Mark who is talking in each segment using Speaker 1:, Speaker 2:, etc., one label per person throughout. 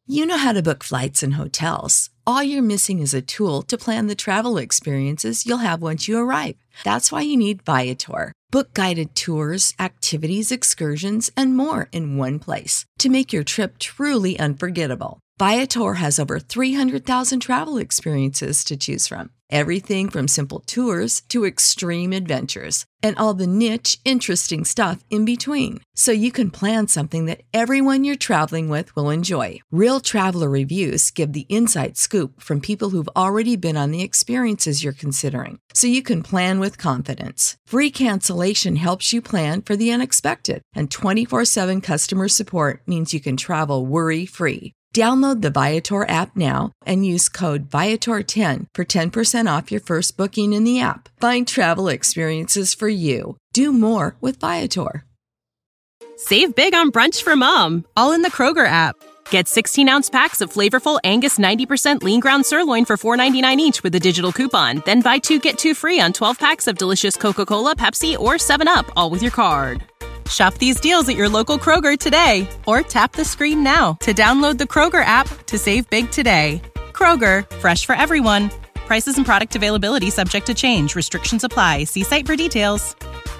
Speaker 1: You know how to book flights and hotels. All you're missing is a tool to plan the travel experiences you'll have once you arrive. That's why you need Viator. Book guided tours, activities, excursions, and more in one place to make your trip truly unforgettable. Viator has over 300,000 travel experiences to choose from. Everything from simple tours to extreme adventures and all the niche, interesting stuff in between. So you can plan something that everyone you're traveling with will enjoy. Real traveler reviews give the inside scoop from people who've already been on the experiences you're considering. So you can plan with confidence. Free cancellation helps you plan for the unexpected. And 24/7 customer support means you can travel worry-free. Download the Viator app now and use code Viator10 for 10% off your first booking in the app. Find travel experiences for you. Do more with Viator.
Speaker 2: Save big on brunch for mom, all in the Kroger app. Get 16-ounce packs of flavorful Angus 90% lean ground sirloin for $4.99 each with a digital coupon. Then buy 2, get 2 free on 12 packs of delicious Coca-Cola, Pepsi, or 7UP, all with your card. Shop these deals at your local Kroger today, or tap the screen now to download the Kroger app to save big today. Kroger, fresh for everyone. Prices and product availability subject to change. Restrictions apply. See site for details.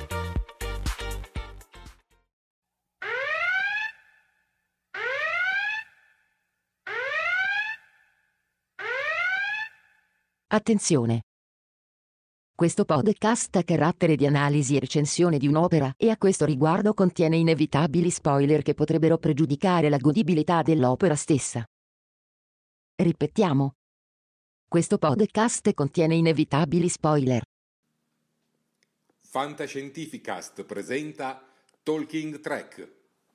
Speaker 3: Attenzione! Questo podcast ha carattere di analisi e recensione di un'opera e a questo riguardo contiene inevitabili spoiler che potrebbero pregiudicare la godibilità dell'opera stessa. Ripetiamo. Questo podcast contiene inevitabili spoiler.
Speaker 4: Fantascientificast presenta Talking Trek.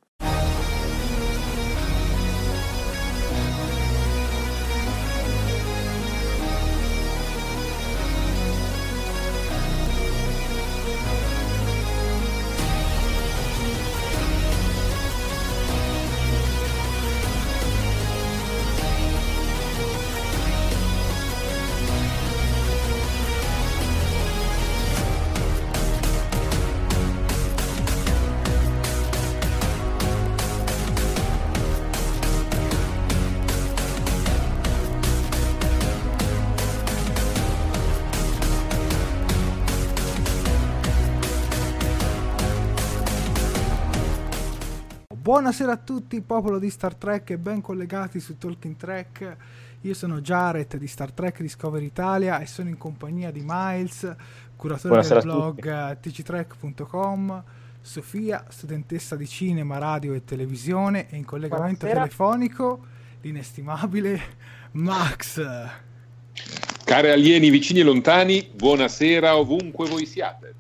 Speaker 5: Buonasera a tutti, popolo di Star Trek e ben collegati su Talking Trek. Io sono Jared di Star Trek Discovery Italia e sono in compagnia di Miles, curatore
Speaker 6: Buonasera
Speaker 5: del blog tctrek.com, Sofia, studentessa di cinema, radio e televisione, e in collegamento telefonico l'inestimabile Max.
Speaker 4: Cari alieni vicini e lontani, buonasera ovunque voi siate.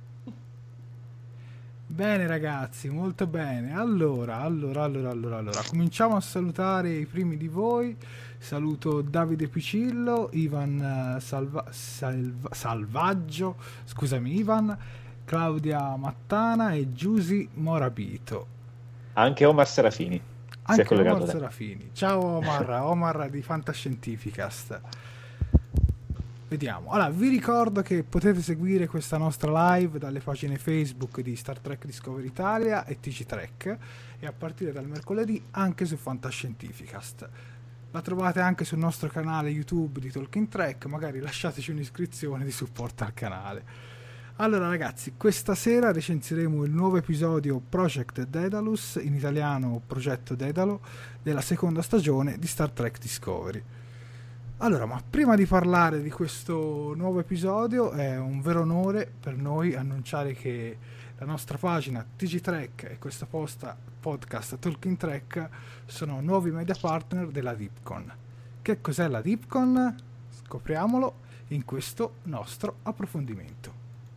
Speaker 5: Bene ragazzi, molto bene. Allora, cominciamo a salutare i primi di voi. Saluto Davide Picillo, Ivan Salvaggio, scusami Ivan, Claudia Mattana e Giusy Morabito.
Speaker 6: Anche Omar Serafini.
Speaker 5: Anche Omar Serafini. Ciao Omar di Fantascientificast. Vediamo. Allora, vi ricordo che potete seguire questa nostra live dalle pagine Facebook di Star Trek Discovery Italia e TG Trek, e a partire dal mercoledì anche su Fantascientificast. La trovate anche sul nostro canale YouTube di Talking Trek, magari lasciateci un'iscrizione di supporto al canale. Allora ragazzi, questa sera recensiremo il nuovo episodio Project Daedalus, in italiano Progetto Daedalo, della seconda stagione di Star Trek Discovery. Allora, ma prima di parlare di questo nuovo episodio è un vero onore per noi annunciare che la nostra pagina TG Trek e questo podcast Talking Trek sono nuovi media partner della Dipcon. Che cos'è la Dipcon? Scopriamolo in questo nostro approfondimento.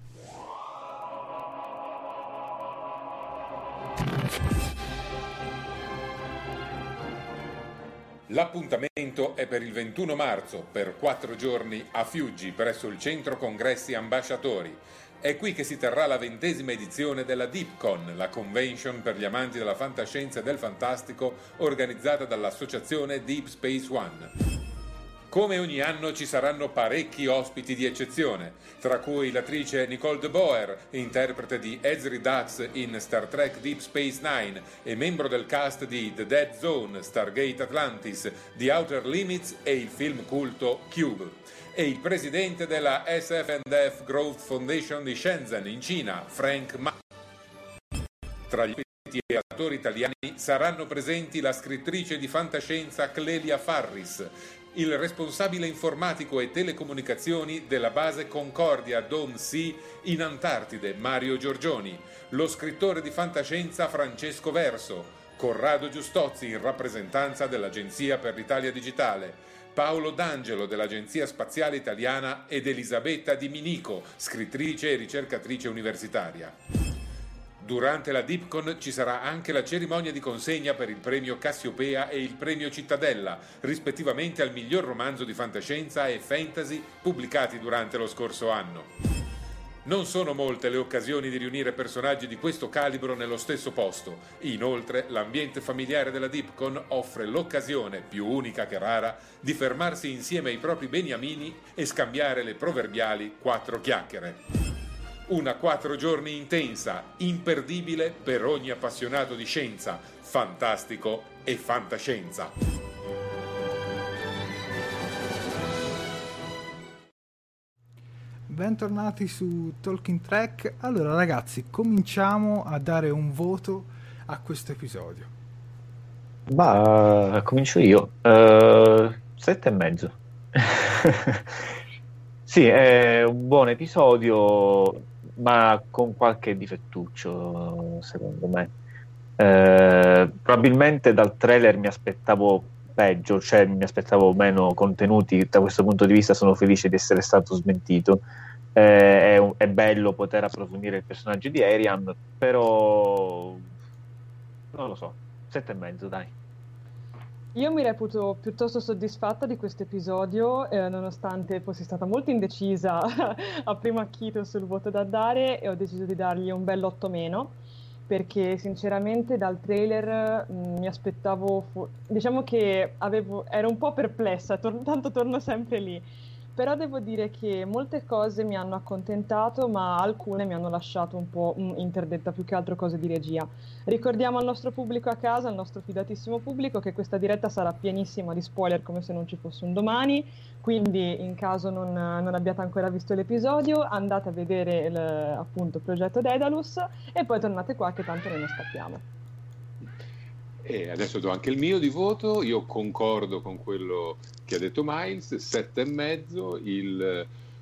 Speaker 4: L'appuntamento è per il 21 marzo, per 4 giorni a Fiuggi, presso il Centro Congressi Ambasciatori. È qui che si terrà la 20ª edizione della Dipcon, la convention per gli amanti della fantascienza e del fantastico organizzata dall'associazione Deep Space One. Come ogni anno ci saranno parecchi ospiti di eccezione, tra cui l'attrice Nicole de Boer, interprete di Ezri Dax in Star Trek Deep Space Nine e membro del cast di The Dead Zone, Stargate Atlantis, The Outer Limits e il film culto Cube, e il presidente della SF&F Growth Foundation di Shenzhen in Cina, Frank Ma. Tra gli attori italiani saranno presenti la scrittrice di fantascienza Clelia Farris, il responsabile informatico e telecomunicazioni della base Concordia Dome Sea in Antartide, Mario Giorgioni, lo scrittore di fantascienza Francesco Verso, Corrado Giustozzi in rappresentanza dell'Agenzia per l'Italia Digitale, Paolo D'Angelo dell'Agenzia Spaziale Italiana ed Elisabetta Di Minico, scrittrice e ricercatrice universitaria. Durante la DeepCon ci sarà anche la cerimonia di consegna per il premio Cassiopea e il premio Cittadella, rispettivamente al miglior romanzo di fantascienza e fantasy pubblicati durante lo scorso anno. Non sono molte le occasioni di riunire personaggi di questo calibro nello stesso posto. Inoltre, l'ambiente familiare della DeepCon offre l'occasione, più unica che rara, di fermarsi insieme ai propri beniamini e scambiare le proverbiali 4 chiacchiere. Una 4 giorni intensa, imperdibile per ogni appassionato di scienza, fantastico e fantascienza.
Speaker 5: Bentornati su Talking Track. Allora ragazzi, cominciamo a dare un voto a questo episodio.
Speaker 6: Comincio io. 7,5. Sì, è un buon episodio, ma con qualche difettuccio, secondo me. Probabilmente dal trailer mi aspettavo peggio, cioè mi aspettavo meno contenuti. Da questo punto di vista sono felice di essere stato smentito. È bello poter approfondire il personaggio di Ariam, però non lo so, 7,5 dai.
Speaker 7: Io mi reputo piuttosto soddisfatta di questo episodio, nonostante fossi stata molto indecisa a primo acchito sul voto da dare, e ho deciso di dargli un bel 8-, perché sinceramente dal trailer mi aspettavo, diciamo che ero un po' perplessa, tanto torno sempre lì. Però devo dire che molte cose mi hanno accontentato, ma alcune mi hanno lasciato un po' interdetta, più che altro cose di regia. Ricordiamo al nostro pubblico a casa, al nostro fidatissimo pubblico, che questa diretta sarà pienissima di spoiler come se non ci fosse un domani, quindi in caso non abbiate ancora visto l'episodio, andate a vedere appunto il progetto Daedalus e poi tornate qua che tanto noi non scappiamo.
Speaker 4: E adesso do anche il mio di voto. Io concordo con quello che ha detto Miles, 7,5. Il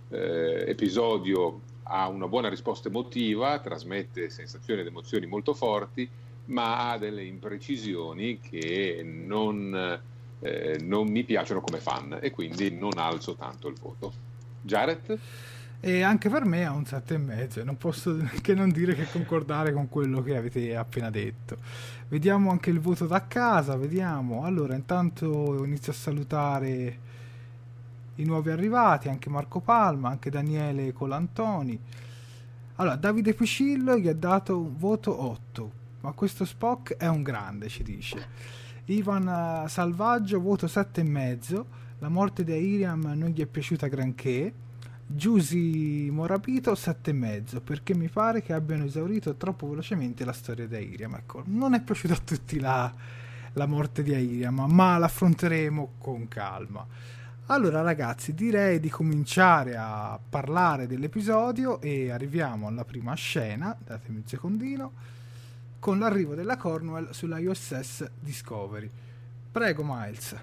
Speaker 4: episodio ha una buona risposta emotiva, trasmette sensazioni ed emozioni molto forti, ma ha delle imprecisioni che non mi piacciono come fan, e quindi non alzo tanto il voto. Jared?
Speaker 5: E anche per me ha un 7,5, non posso che non dire che concordare con quello che avete appena detto. Vediamo anche il voto da casa, vediamo. Allora, intanto inizio a salutare i nuovi arrivati, anche Marco Palma, anche Daniele Colantoni. Allora, Davide Piscillo gli ha dato un voto 8, ma questo Spock è un grande, ci dice. Ivan Salvaggio, voto 7,5, la morte di Iriam non gli è piaciuta granché. Giusy Morabito 7,5, perché mi pare che abbiano esaurito troppo velocemente la storia di Iriam. Ecco, non è piaciuta a tutti la morte di Iriam, ma l'affronteremo con calma. Allora ragazzi, direi di cominciare a parlare dell'episodio e arriviamo alla prima scena, datemi un secondino, con l'arrivo della Cornwell sulla USS Discovery. Prego Miles.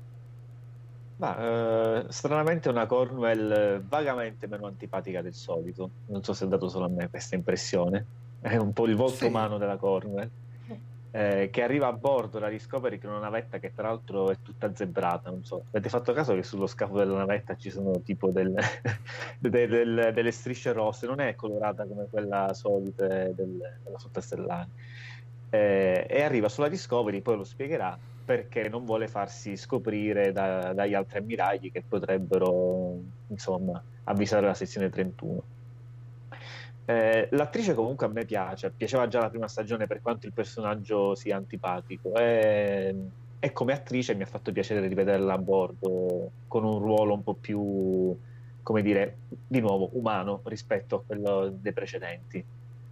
Speaker 6: Stranamente una Cornwell vagamente meno antipatica del solito. Non so se è dato solo a me questa impressione. È un po' il volto umano della Cornwell, che arriva a bordo la Discovery con una navetta che tra l'altro è tutta zebrata. Non so, avete fatto caso che sullo scafo della navetta ci sono tipo delle strisce rosse? Non è colorata come quella solita della flotta stellare. E arriva sulla Discovery, poi lo spiegherà, perché non vuole farsi scoprire dagli altri ammiragli che potrebbero, insomma, avvisare la sezione 31. L'attrice comunque a me piaceva già la prima stagione, per quanto il personaggio sia antipatico. e come attrice mi ha fatto piacere rivederla a bordo con un ruolo un po' più, come dire, di nuovo umano rispetto a quello dei precedenti.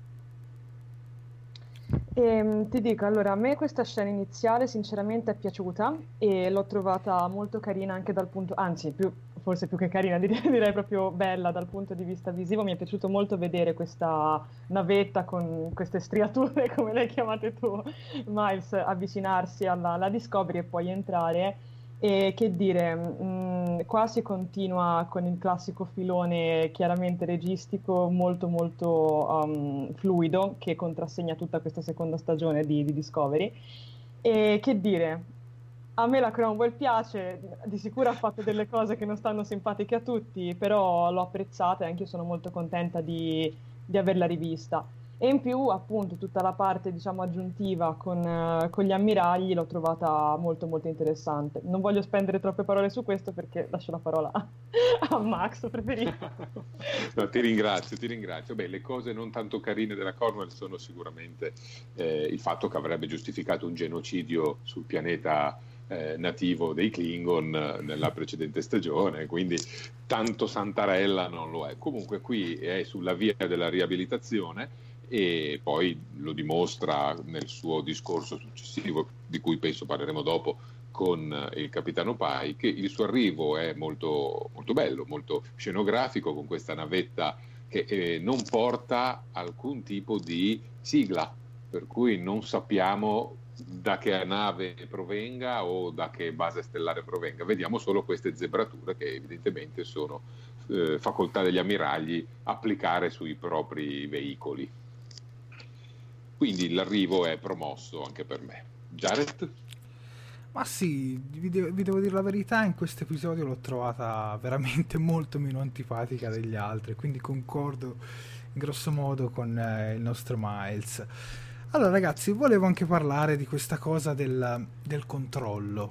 Speaker 7: Ti dico, allora, a me questa scena iniziale sinceramente è piaciuta e l'ho trovata molto carina anche dal punto, anzi, forse più che carina, direi proprio bella dal punto di vista visivo. Mi è piaciuto molto vedere questa navetta con queste striature, come le hai chiamate tu, Miles, avvicinarsi alla Discovery e poi entrare. E che dire, qua si continua con il classico filone chiaramente registico molto molto fluido che contrassegna tutta questa seconda stagione di Discovery. E che dire, a me la Cromwell piace, di sicuro ha fatto delle cose che non stanno simpatiche a tutti, però l'ho apprezzata e anche io sono molto contenta di averla rivista. E in più, appunto, tutta la parte, diciamo, aggiuntiva con gli ammiragli l'ho trovata molto molto interessante. Non voglio spendere troppe parole su questo perché lascio la parola a Max, preferito.
Speaker 4: No, ti ringrazio. Beh, le cose non tanto carine della Cornwell sono sicuramente il fatto che avrebbe giustificato un genocidio sul pianeta nativo dei Klingon nella precedente stagione, quindi tanto santarella non lo è. Comunque qui è sulla via della riabilitazione e poi lo dimostra nel suo discorso successivo, di cui penso parleremo dopo, con il capitano Pike, che il suo arrivo è molto, molto bello, molto scenografico, con questa navetta che non porta alcun tipo di sigla, per cui non sappiamo da che nave provenga o da che base stellare provenga, vediamo solo queste zebrature che evidentemente sono facoltà degli ammiragli applicare sui propri veicoli. Quindi l'arrivo è promosso anche per me. Jared?
Speaker 5: Ma sì, vi devo dire la verità, in questo episodio l'ho trovata veramente molto meno antipatica degli altri, quindi concordo in grosso modo con il nostro Miles. Allora ragazzi, volevo anche parlare di questa cosa del controllo.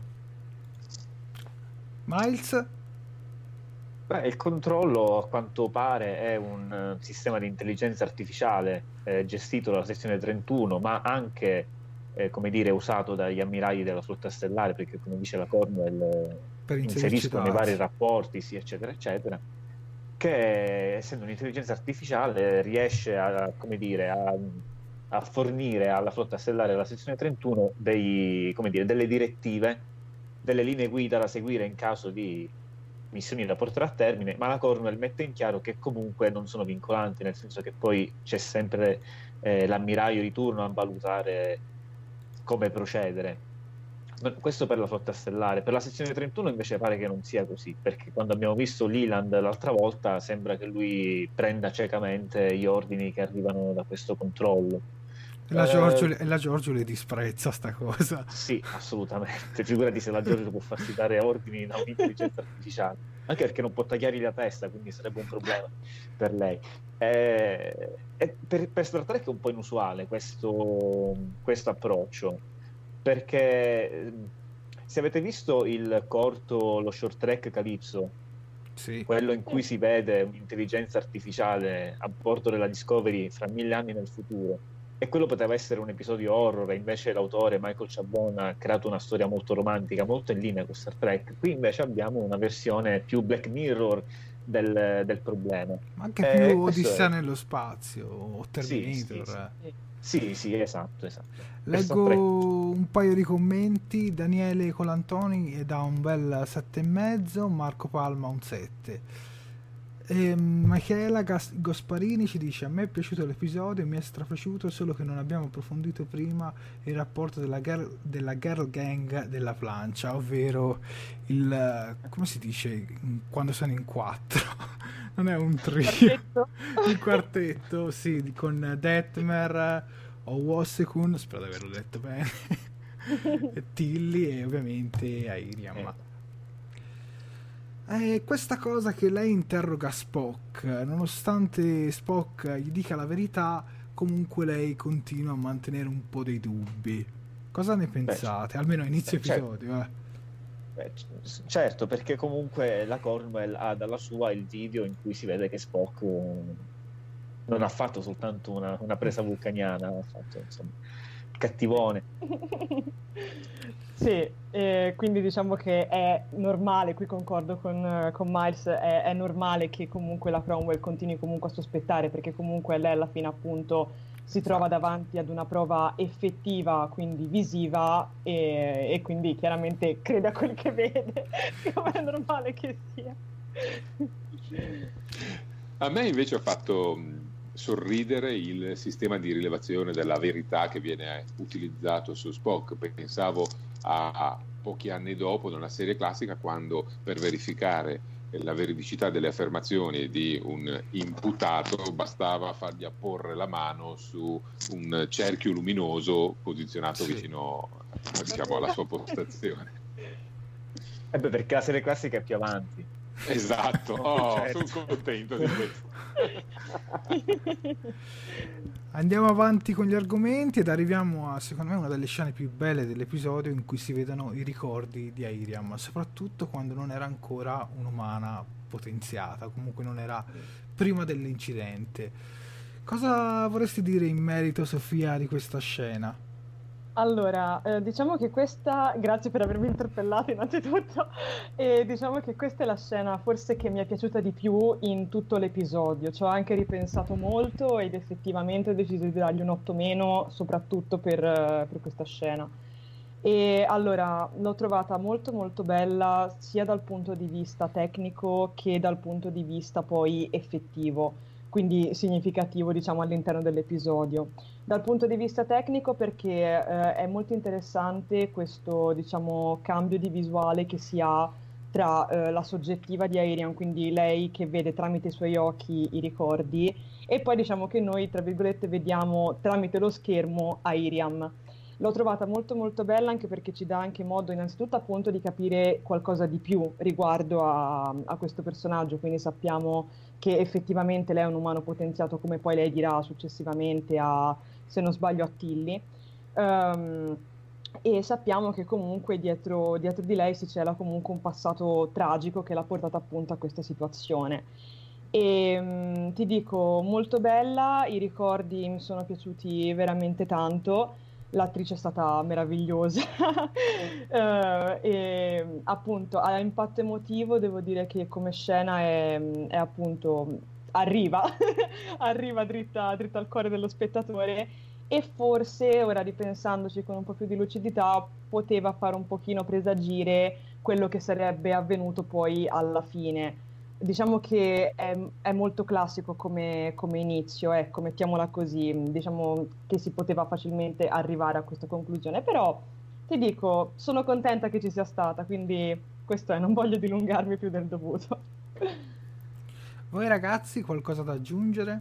Speaker 5: Miles?
Speaker 6: Beh, il controllo a quanto pare è un sistema di intelligenza artificiale gestito dalla sezione 31, ma anche come dire, usato dagli ammiragli della flotta stellare, perché come dice la Cornwell inseriscono nei vari rapporti, sì, eccetera, eccetera, che essendo un'intelligenza artificiale riesce a, come dire, a fornire alla flotta stellare della sezione 31 delle direttive, delle linee guida da seguire in caso di missioni da portare a termine, ma la Cornwell mette in chiaro che comunque non sono vincolanti, nel senso che poi c'è sempre l'ammiraglio di turno a valutare come procedere. Questo per la flotta stellare. Per la sezione 31 invece pare che non sia così, perché quando abbiamo visto Leland l'altra volta sembra che lui prenda ciecamente gli ordini che arrivano da questo controllo.
Speaker 5: E la Giorgio le disprezza sta cosa.
Speaker 6: Sì, assolutamente. Figurati se la Giorgio può farsi dare ordini da un'intelligenza artificiale, anche perché non può tagliargli la testa, quindi sarebbe un problema per lei. E per Star Trek è un po' inusuale questo approccio, perché se avete visto il corto, lo short track Calypso,
Speaker 5: sì,
Speaker 6: quello in cui si vede un'intelligenza artificiale a bordo della Discovery fra 1000 anni nel futuro, e quello poteva essere un episodio horror, e invece l'autore Michael Chabon ha creato una storia molto romantica, molto in linea con Star Trek. Qui invece abbiamo una versione più Black Mirror del problema.
Speaker 5: Ma anche più Odissea nello spazio o Terminator.
Speaker 6: Sì, esatto.
Speaker 5: Leggo un paio di commenti. Daniele Colantoni dà un bel 7,5, Marco Palma un 7. Michela Gosparini ci dice: a me è piaciuto l'episodio, mi è strapiaciuto, solo che non abbiamo approfondito prima il rapporto della girl gang della plancia, ovvero il come si dice quando sono in 4 non è un trio, il quartetto, sì, con Detmer o Wassekun, spero di averlo detto bene, e Tilly e ovviamente Airiam. Questa cosa che lei interroga Spock, nonostante Spock gli dica la verità, comunque lei continua a mantenere un po' dei dubbi. Cosa ne pensate? Almeno a inizio episodio.
Speaker 6: Certo, perché comunque la Cornwell ha dalla sua il video in cui si vede che Spock non ha fatto soltanto una presa vulcaniana, ha fatto insomma cattivone.
Speaker 7: Sì, quindi diciamo che è normale, qui concordo con Miles, è normale che comunque la Cromwell continui comunque a sospettare, perché comunque lei alla fine appunto si trova davanti ad una prova effettiva, quindi visiva, e quindi chiaramente crede a quel che vede, come è normale che sia.
Speaker 4: A me invece ha fatto sorridere il sistema di rilevazione della verità che viene utilizzato su Spock. Pensavo a pochi anni dopo, nella serie classica, quando per verificare la veridicità delle affermazioni di un imputato bastava fargli apporre la mano su un cerchio luminoso posizionato vicino, diciamo, alla sua postazione.
Speaker 6: Perché la serie classica è più avanti.
Speaker 4: Esatto, certo. Sono contento di questo.
Speaker 5: Andiamo avanti con gli argomenti ed arriviamo a, secondo me, una delle scene più belle dell'episodio, in cui si vedono i ricordi di Airiam, soprattutto quando non era ancora un'umana potenziata, comunque non era prima dell'incidente. Cosa vorresti dire in merito, Sofia, di questa scena?
Speaker 7: Allora, diciamo che questa, grazie per avermi interpellato innanzitutto, e diciamo che questa è la scena forse che mi è piaciuta di più in tutto l'episodio. Ci ho anche ripensato molto ed effettivamente ho deciso di dargli un 8-, soprattutto per questa scena. E allora, l'ho trovata molto molto bella sia dal punto di vista tecnico che dal punto di vista poi effettivo, quindi significativo, diciamo, all'interno dell'episodio. Dal punto di vista tecnico perché è molto interessante questo, diciamo, cambio di visuale che si ha tra la soggettiva di Airiam, quindi lei che vede tramite i suoi occhi i ricordi, e poi diciamo che noi, tra virgolette, vediamo tramite lo schermo Airiam. L'ho trovata molto molto bella, anche perché ci dà anche modo innanzitutto appunto di capire qualcosa di più riguardo a questo personaggio, quindi sappiamo che effettivamente lei è un umano potenziato, come poi lei dirà successivamente a, se non sbaglio, a Tilly, e sappiamo che comunque dietro di lei si cela comunque un passato tragico che l'ha portata appunto a questa situazione. E ti dico, molto bella, i ricordi mi sono piaciuti veramente tanto. L'attrice è stata meravigliosa e appunto a impatto emotivo devo dire che come scena è appunto arriva dritta al cuore dello spettatore, e forse ora, ripensandoci con un po' più di lucidità, poteva fare un pochino presagire quello che sarebbe avvenuto poi alla fine. Diciamo che è molto classico come inizio, ecco, mettiamola così, diciamo che si poteva facilmente arrivare a questa conclusione, però ti dico, sono contenta che ci sia stata, quindi questo è, non voglio dilungarmi più del dovuto.
Speaker 5: Voi ragazzi, qualcosa da aggiungere?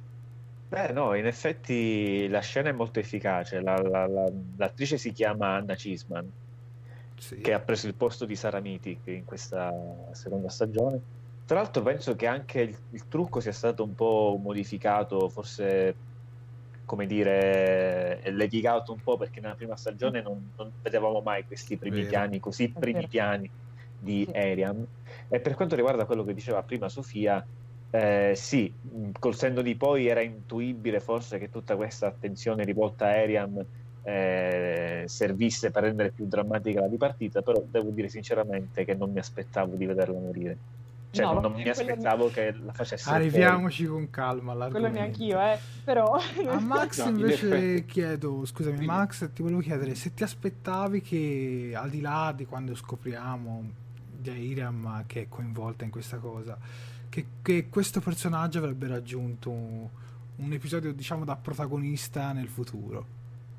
Speaker 6: No, in effetti la scena è molto efficace, l'attrice si chiama Anna Cisman, sì, che ha preso il posto di Sara Mitic in questa seconda stagione. Tra l'altro penso che anche il trucco sia stato un po' modificato, forse, come dire, levigato un po', perché nella prima stagione non vedevamo mai questi primi piani, così primi piani di Airiam. E per quanto riguarda quello che diceva prima Sofia, sì, col senno di poi era intuibile forse che tutta questa attenzione rivolta a Airiam servisse per rendere più drammatica la dipartita, però devo dire sinceramente che non mi aspettavo di vederla morire. Cioè, no, non mi aspettavo che la facesse.
Speaker 5: Arriviamoci con calma
Speaker 7: all'argomento. Quello neanch'io, però.
Speaker 5: A Max invece chiedo, scusami Max, ti volevo chiedere se ti aspettavi che, al di là di quando scopriamo di Airiam che è coinvolta in questa cosa, che questo personaggio avrebbe raggiunto un episodio, diciamo, da protagonista nel futuro.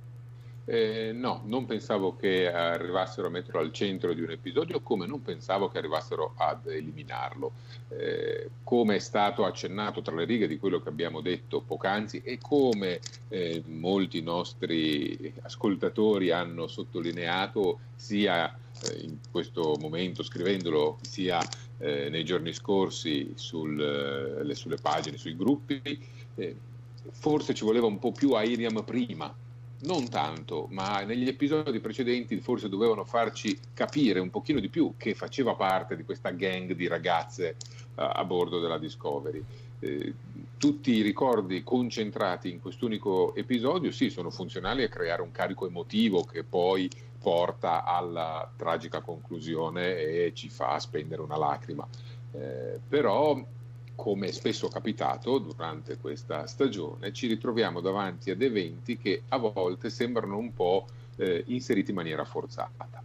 Speaker 4: No, non pensavo che arrivassero a metterlo al centro di un episodio, come non pensavo che arrivassero ad eliminarlo. Come è stato accennato tra le righe di quello che abbiamo detto poc'anzi, e come molti nostri ascoltatori hanno sottolineato sia in questo momento scrivendolo, sia nei giorni scorsi sulle pagine, sui gruppi, forse ci voleva un po' più Airiam prima. Non tanto, ma negli episodi precedenti forse dovevano farci capire un pochino di più che faceva parte di questa gang di ragazze a bordo della Discovery. Tutti i ricordi concentrati in quest'unico episodio sì, sono funzionali a creare un carico emotivo che poi porta alla tragica conclusione e ci fa spendere una lacrima. Però, come spesso è capitato durante questa stagione, ci ritroviamo davanti ad eventi che a volte sembrano un po' inseriti in maniera forzata.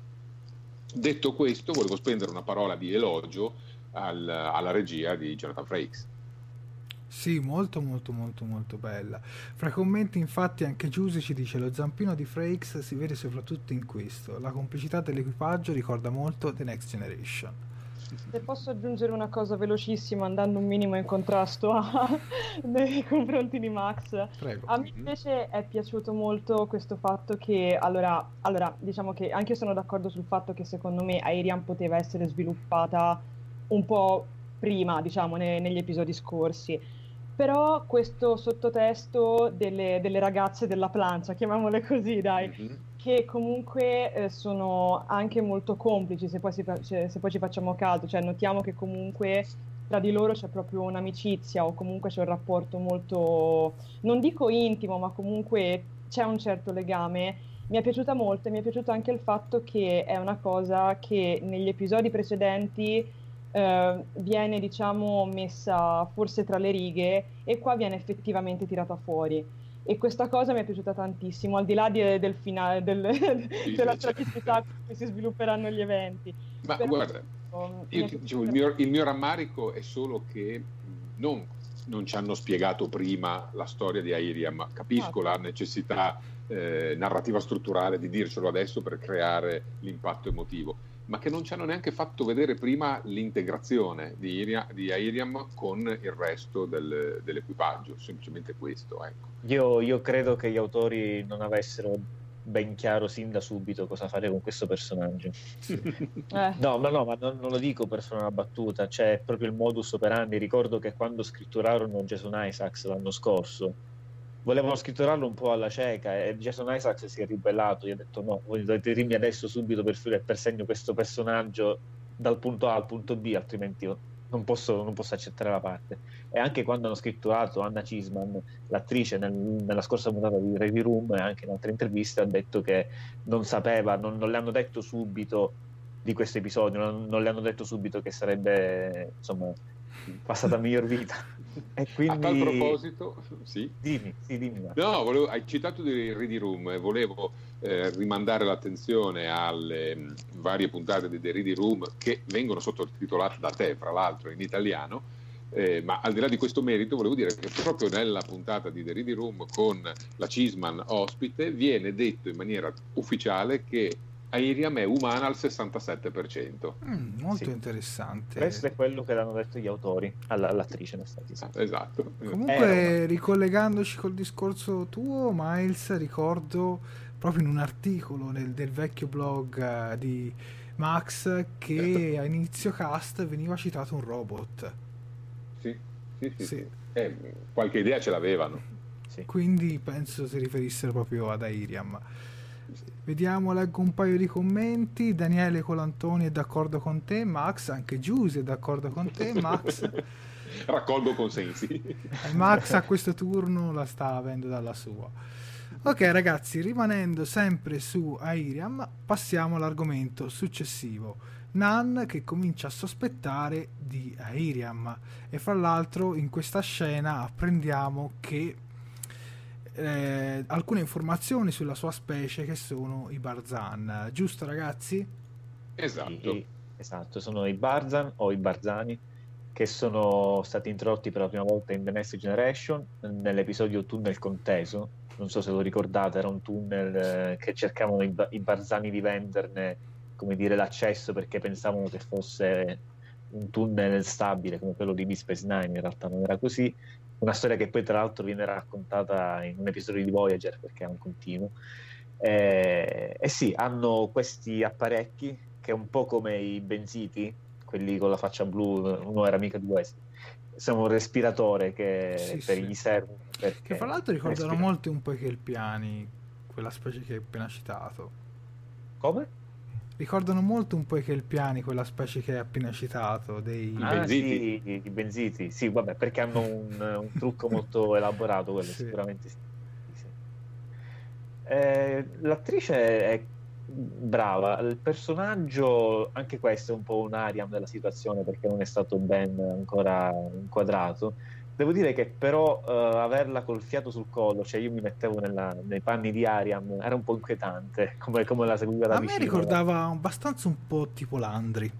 Speaker 4: Detto questo, volevo spendere una parola di elogio alla regia di Jonathan Frakes.
Speaker 5: Sì, molto bella. Fra i commenti, infatti, anche Giuse ci dice: lo zampino di Frakes si vede soprattutto in questo. La complicità dell'equipaggio ricorda molto The Next Generation.
Speaker 7: Se posso aggiungere una cosa velocissima, andando un minimo in contrasto nei confronti di Max.
Speaker 5: Prego.
Speaker 7: A me invece è piaciuto molto questo fatto che, allora, diciamo che anche io sono d'accordo sul fatto che secondo me Airiam poteva essere sviluppata un po' prima, diciamo, negli episodi scorsi. Però questo sottotesto delle ragazze della plancia, chiamiamole così, dai, che comunque sono anche molto complici, se poi ci facciamo caso, cioè notiamo che comunque tra di loro c'è proprio un'amicizia, o comunque c'è un rapporto molto, non dico intimo, ma comunque c'è un certo legame. Mi è piaciuta molto, e mi è piaciuto anche il fatto che è una cosa che negli episodi precedenti viene, diciamo, messa forse tra le righe, e qua viene effettivamente tirata fuori, e questa cosa mi è piaciuta tantissimo, al di là del finale della tragicità con cui si svilupperanno gli eventi.
Speaker 4: Ma però, guarda, io dicevo, il mio rammarico è solo che non ci hanno spiegato prima la storia di Airiam. Capisco la necessità narrativa strutturale di dircelo adesso per creare l'impatto emotivo, ma che non ci hanno neanche fatto vedere prima l'integrazione di Airiam con il resto dell'equipaggio, semplicemente questo, ecco.
Speaker 6: Io credo che gli autori non avessero ben chiaro sin da subito cosa fare con questo personaggio. Sì. No, ma non lo dico per fare una battuta, c'è proprio il modus operandi. Ricordo che quando scritturarono Jason Isaacs l'anno scorso, volevano scritturarlo un po' alla cieca, e Jason Isaacs si è ribellato, gli ha detto: no, voi dovete dirmi adesso subito per filo e per segno questo personaggio dal punto A al punto B, altrimenti io non posso accettare la parte. E anche quando hanno scritturato Anna Cheeseman, l'attrice, nella scorsa puntata di Ready Room e anche in altre interviste, ha detto che non sapeva, non le hanno detto subito di questo episodio, non le hanno detto subito che sarebbe, insomma, passata a miglior vita. E quindi...
Speaker 4: A tal proposito, sì.
Speaker 6: Dimmi.
Speaker 4: No, hai citato di Ready Room e volevo rimandare l'attenzione alle varie puntate di The Ready Room che vengono sottotitolate da te, fra l'altro, in italiano. Ma al di là di questo merito, volevo dire che proprio nella puntata di The Ready Room con la Cheeseman ospite viene detto in maniera ufficiale che Airiam è umana al 67%.
Speaker 5: Molto interessante.
Speaker 6: Questo è quello che l'hanno detto gli autori all'attrice.
Speaker 4: Esatto.
Speaker 5: Comunque, ricollegandoci col discorso tuo, Miles, ricordo proprio in un articolo del vecchio blog di Max che a inizio cast veniva citato un robot.
Speaker 4: Sì. Qualche idea ce l'avevano.
Speaker 5: Sì. Quindi penso si riferissero proprio ad Airiam. Vediamo, leggo un paio di commenti. Daniele Colantoni è d'accordo con te, Max. Anche Giuse è d'accordo con te, Max.
Speaker 4: Raccolgo consensi.
Speaker 5: Max a questo turno la sta avendo dalla sua. Ok ragazzi, rimanendo sempre su Airiam, passiamo all'argomento successivo. Nan che comincia a sospettare di Airiam, e fra l'altro in questa scena apprendiamo che alcune informazioni sulla sua specie, che sono i Barzan, giusto ragazzi?
Speaker 6: Esatto, sono i Barzan o i Barzani, che sono stati introdotti per la prima volta in The Next Generation nell'episodio Tunnel Conteso. Non so se lo ricordate, era un tunnel che cercavano i Barzani di venderne, come dire, l'accesso, perché pensavano che fosse un tunnel stabile come quello di Deep Space Nine. In realtà non era così. Una storia che poi tra l'altro viene raccontata in un episodio di Voyager, perché è un continuo. E sì, hanno questi apparecchi che è un po' come i Benziti, quelli con la faccia blu, uno era amico di Wesley. Sono un respiratore che gli serve.
Speaker 5: Che fra l'altro ricordano molto un po' i Kelpiani, quella specie che hai appena citato.
Speaker 6: Come?
Speaker 5: Ricordano molto un po' i Kelpiani, quella specie che hai appena citato, dei
Speaker 6: Benziti. Sì, i Benziti, sì, vabbè, perché hanno un trucco molto elaborato, quello, sì. Sicuramente sì. L'attrice è brava. Il personaggio, anche questo è un po' un Ariam della situazione perché non è stato ben ancora inquadrato. Devo dire che però averla col fiato sul collo, cioè io mi mettevo nei panni di Ariam, era un po' inquietante come la seguiva da
Speaker 5: A
Speaker 6: vicino.
Speaker 5: me ricordava abbastanza un po' tipo Landry.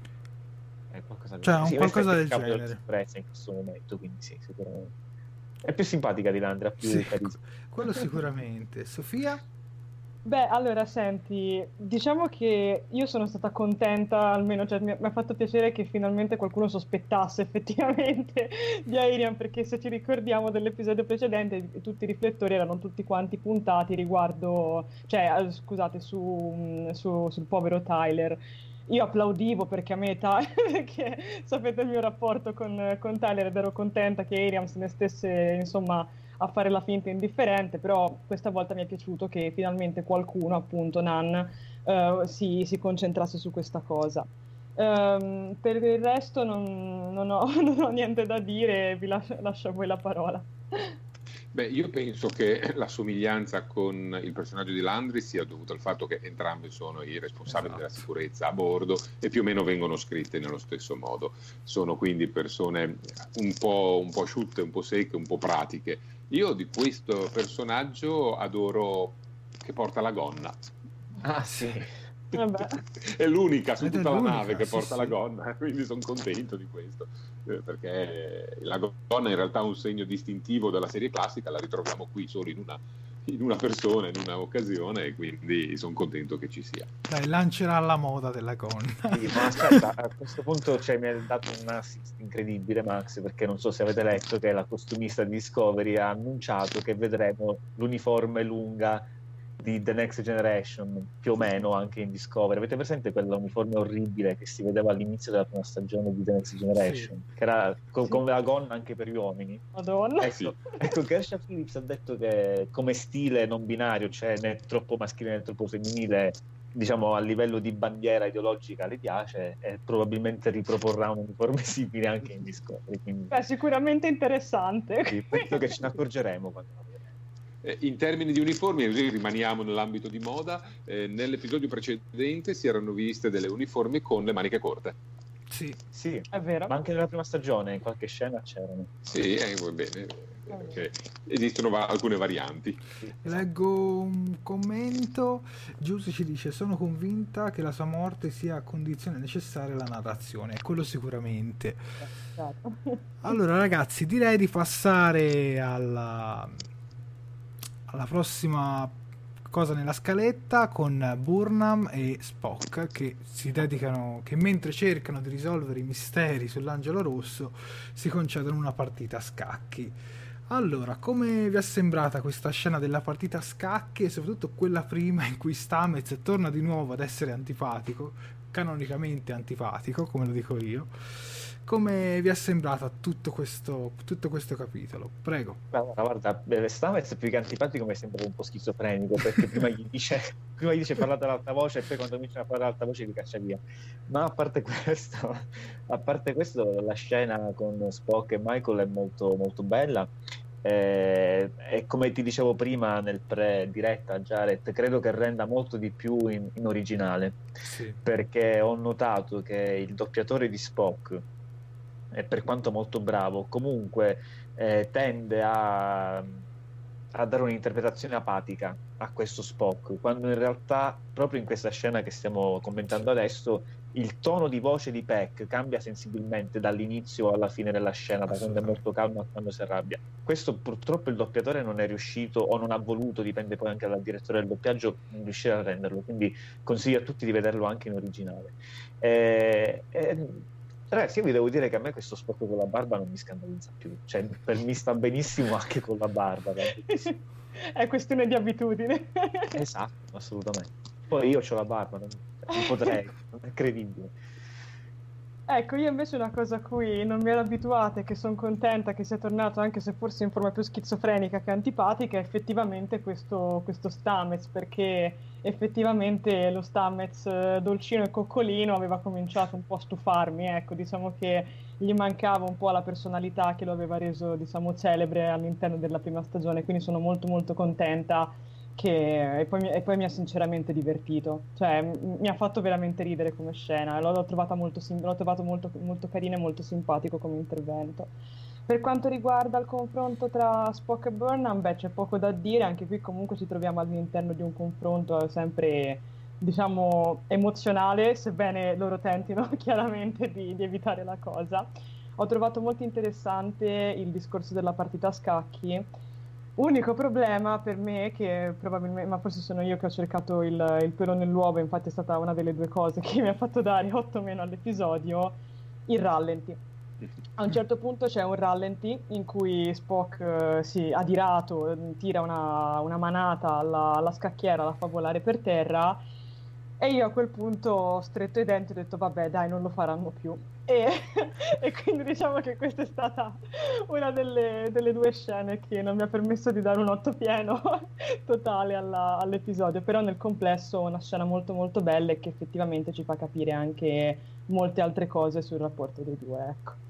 Speaker 6: Cioè,
Speaker 5: qualcosa del
Speaker 6: genere in questo momento, quindi sì, sicuramente è più simpatica di Landry, ha più carisma.
Speaker 5: Quello sicuramente. Sofia?
Speaker 7: Beh, allora, senti, diciamo che io sono stata contenta, almeno, cioè, mi ha fatto piacere che finalmente qualcuno sospettasse effettivamente di Airiam, perché se ci ricordiamo dell'episodio precedente, tutti i riflettori erano tutti quanti puntati riguardo, cioè, scusate, sul povero Tyler. Io applaudivo perché a me, perché sapete il mio rapporto con Tyler ed ero contenta che Airiam se ne stesse, insomma, a fare la finta indifferente, però questa volta mi è piaciuto che finalmente qualcuno, appunto Nan, si concentrasse su questa cosa. Per il resto non ho niente da dire, vi lascio a voi la parola.
Speaker 4: Beh, io penso che la somiglianza con il personaggio di Landry sia dovuta al fatto che entrambi sono i responsabili della sicurezza a bordo e più o meno vengono scritte nello stesso modo. Sono quindi persone un po' asciutte, un po' secche, un po' pratiche. Io di questo personaggio adoro che porta la gonna.
Speaker 6: Ah sì.
Speaker 4: È l'unica su tutta la nave che porta la
Speaker 5: sì.
Speaker 4: gonna, quindi sono contento di questo, perché la gonna in realtà è un segno distintivo della serie classica, la ritroviamo qui solo in una persona, in una occasione, e quindi sono contento che ci sia.
Speaker 5: Dai, lancerà la moda della gonna.
Speaker 6: Sì, ma aspetta, a questo punto mi ha dato un assist incredibile Max, perché non so se avete letto che la costumista di Discovery ha annunciato che vedremo l'uniforme lunga di The Next Generation, più o meno anche in Discovery. Avete presente quell'uniforme orribile che si vedeva all'inizio della prima stagione di The Next Generation? Sì. Che era con la gonna anche per gli uomini.
Speaker 7: Madonna.
Speaker 6: Ecco, Gersha Phillips ha detto che come stile non binario, cioè né troppo maschile né troppo femminile, diciamo a livello di bandiera ideologica le piace, e probabilmente riproporrà un uniforme simile anche in Discovery. Quindi...
Speaker 7: Beh, sicuramente interessante.
Speaker 6: Sì, penso che ce ne accorgeremo quando lo vedremo.
Speaker 4: In termini di uniformi, così rimaniamo nell'ambito di moda, nell'episodio precedente si erano viste delle uniformi con le maniche corte.
Speaker 6: Sì,
Speaker 7: è vero.
Speaker 6: Ma anche nella prima stagione in qualche scena c'erano.
Speaker 4: Sì, va bene, perché esistono alcune varianti.
Speaker 5: Leggo un commento. Giusto ci dice: sono convinta che la sua morte sia a condizione necessaria alla narrazione. Quello sicuramente. Allora ragazzi, direi di passare alla prossima cosa nella scaletta, con Burnham e Spock che si dedicano, che mentre cercano di risolvere i misteri sull'angelo rosso si concedono una partita a scacchi. Allora, come vi è sembrata questa scena della partita a scacchi, e soprattutto quella prima in cui Stamets torna di nuovo ad essere antipatico, canonicamente antipatico, come lo dico io? Come vi è sembrata tutto questo capitolo? Prego.
Speaker 6: Guarda, Stamets più che antipatico mi sembra un po' schizofrenico, perché prima gli dice parlate ad alta voce e poi quando cominciano a parlare ad alta voce li caccia via. Ma a parte questo la scena con Spock e Michael è molto, molto bella. E come ti dicevo prima nel pre-diretta, Jared, credo che renda molto di più in originale, sì. Perché ho notato che il doppiatore di Spock, per quanto molto bravo, comunque tende a dare un'interpretazione apatica a questo Spock, quando in realtà proprio in questa scena che stiamo commentando adesso il tono di voce di Peck cambia sensibilmente dall'inizio alla fine della scena, da quando è molto calmo a quando si arrabbia. Questo purtroppo il doppiatore non è riuscito, o non ha voluto, dipende poi anche dal direttore del doppiaggio, non riuscire a renderlo, quindi consiglio a tutti di vederlo anche in originale. Ragazzi, io vi devo dire che a me questo Spock con la barba non mi scandalizza più, cioè mi sta benissimo anche con la barba.
Speaker 7: È questione di abitudine.
Speaker 6: Esatto, assolutamente. Poi io ho la barba, non potrei, non è credibile.
Speaker 7: Ecco, io invece una cosa a cui non mi ero abituata e che sono contenta che sia tornato, anche se forse in forma più schizofrenica che antipatica, è effettivamente questo Stamets, perché effettivamente lo Stamets dolcino e coccolino aveva cominciato un po' a stufarmi, ecco, diciamo che gli mancava un po' la personalità che lo aveva reso, diciamo, celebre all'interno della prima stagione, quindi sono molto molto contenta e poi mi ha sinceramente divertito, cioè mi ha fatto veramente ridere come scena, l'ho trovato molto, molto carino e molto simpatico come intervento. Per quanto riguarda il confronto tra Spock e Burnham, beh, c'è poco da dire, anche qui comunque ci troviamo all'interno di un confronto sempre, diciamo, emozionale, sebbene loro tentino chiaramente di evitare la cosa. Ho trovato molto interessante il discorso della partita a scacchi. Unico problema per me è che probabilmente, ma forse sono io che ho cercato il pelo nell'uovo, infatti è stata una delle due cose che mi ha fatto dare 8 meno all'episodio, il rallenti. A un certo punto c'è un rallenti in cui Spock, adirato, tira una manata alla scacchiera, la fa volare per terra, e io a quel punto ho stretto i denti e ho detto vabbè dai, non lo faranno più. E quindi diciamo che questa è stata una delle due scene che non mi ha permesso di dare un 8 pieno totale all'episodio, però nel complesso una scena molto molto bella e che effettivamente ci fa capire anche molte altre cose sul rapporto dei due, ecco.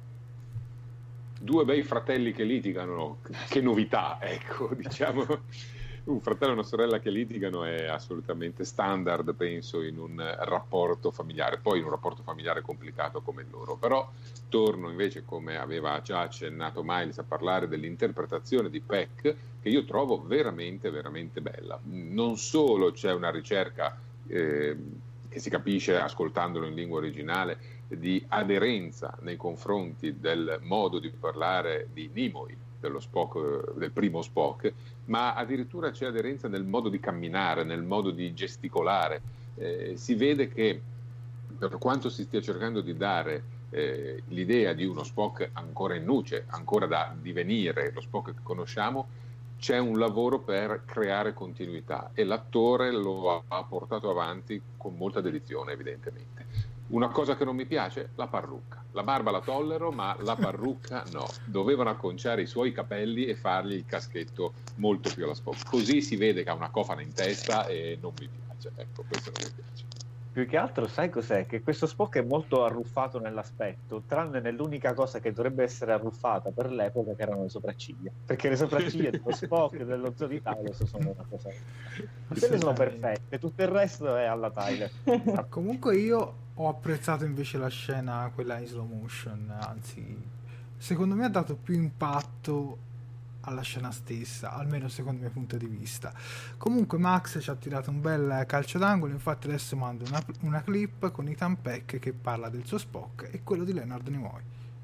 Speaker 4: Due bei fratelli che litigano, che novità, ecco, diciamo. Un fratello e una sorella che litigano è assolutamente standard, penso, in un rapporto familiare, poi in un rapporto familiare complicato come il loro. Però torno invece, come aveva già accennato Miles, a parlare dell'interpretazione di Peck, che io trovo veramente, veramente bella. Non solo c'è una ricerca che si capisce ascoltandolo in lingua originale, di aderenza nei confronti del modo di parlare di Nimoy, dello Spock, del primo Spock, ma addirittura c'è aderenza nel modo di camminare, nel modo di gesticolare. Si vede che, per quanto si stia cercando di dare l'idea di uno Spock ancora in nuce, ancora da divenire lo Spock che conosciamo, c'è un lavoro per creare continuità e l'attore lo ha portato avanti con molta dedizione, evidentemente. Una cosa che non mi piace, la parrucca. La barba la tollero, ma la parrucca no. Dovevano acconciare i suoi capelli e fargli il caschetto molto più alla Spock. Così si vede che ha una cofana in testa e non mi piace. Ecco, questo non mi piace.
Speaker 6: Più che altro, sai cos'è? Che questo Spock è molto arruffato nell'aspetto, tranne nell'unica cosa che dovrebbe essere arruffata per l'epoca, che erano le sopracciglia. Perché le sopracciglia dello Spock e dello Zio di Talos sono una cosa... Quelle sono perfette, tutto il resto è alla Tyler.
Speaker 5: Comunque io ho apprezzato invece la scena, quella in slow motion, anzi, secondo me ha dato più impatto alla scena stessa, almeno secondo il mio punto di vista. Comunque Max ci ha tirato un bel calcio d'angolo, infatti adesso mando una clip con Ethan Peck che parla del suo Spock e quello di Leonard Nimoy.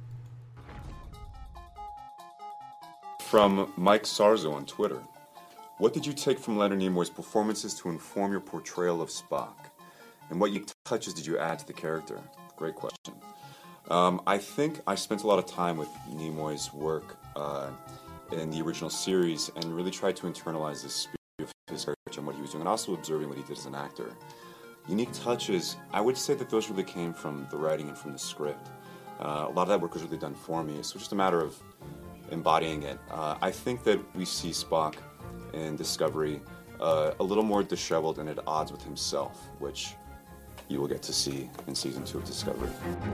Speaker 8: From Mike Sarzo on Twitter. What did you take from Leonard Nimoy's performances to inform your portrayal of Spock? And what unique touches did you add to the character? Great question. I think I spent a lot of time with Nimoy's work in the original series and really tried to internalize the spirit of his character and what he was doing, and also observing what he did as an actor. Unique touches, I would say that those really came from the writing and from the script. A lot of that work was really done for me, so just a matter of embodying it. I think that we see Spock in Discovery a little more disheveled and at odds with himself, which you will get to see in Season 2 of Discovery.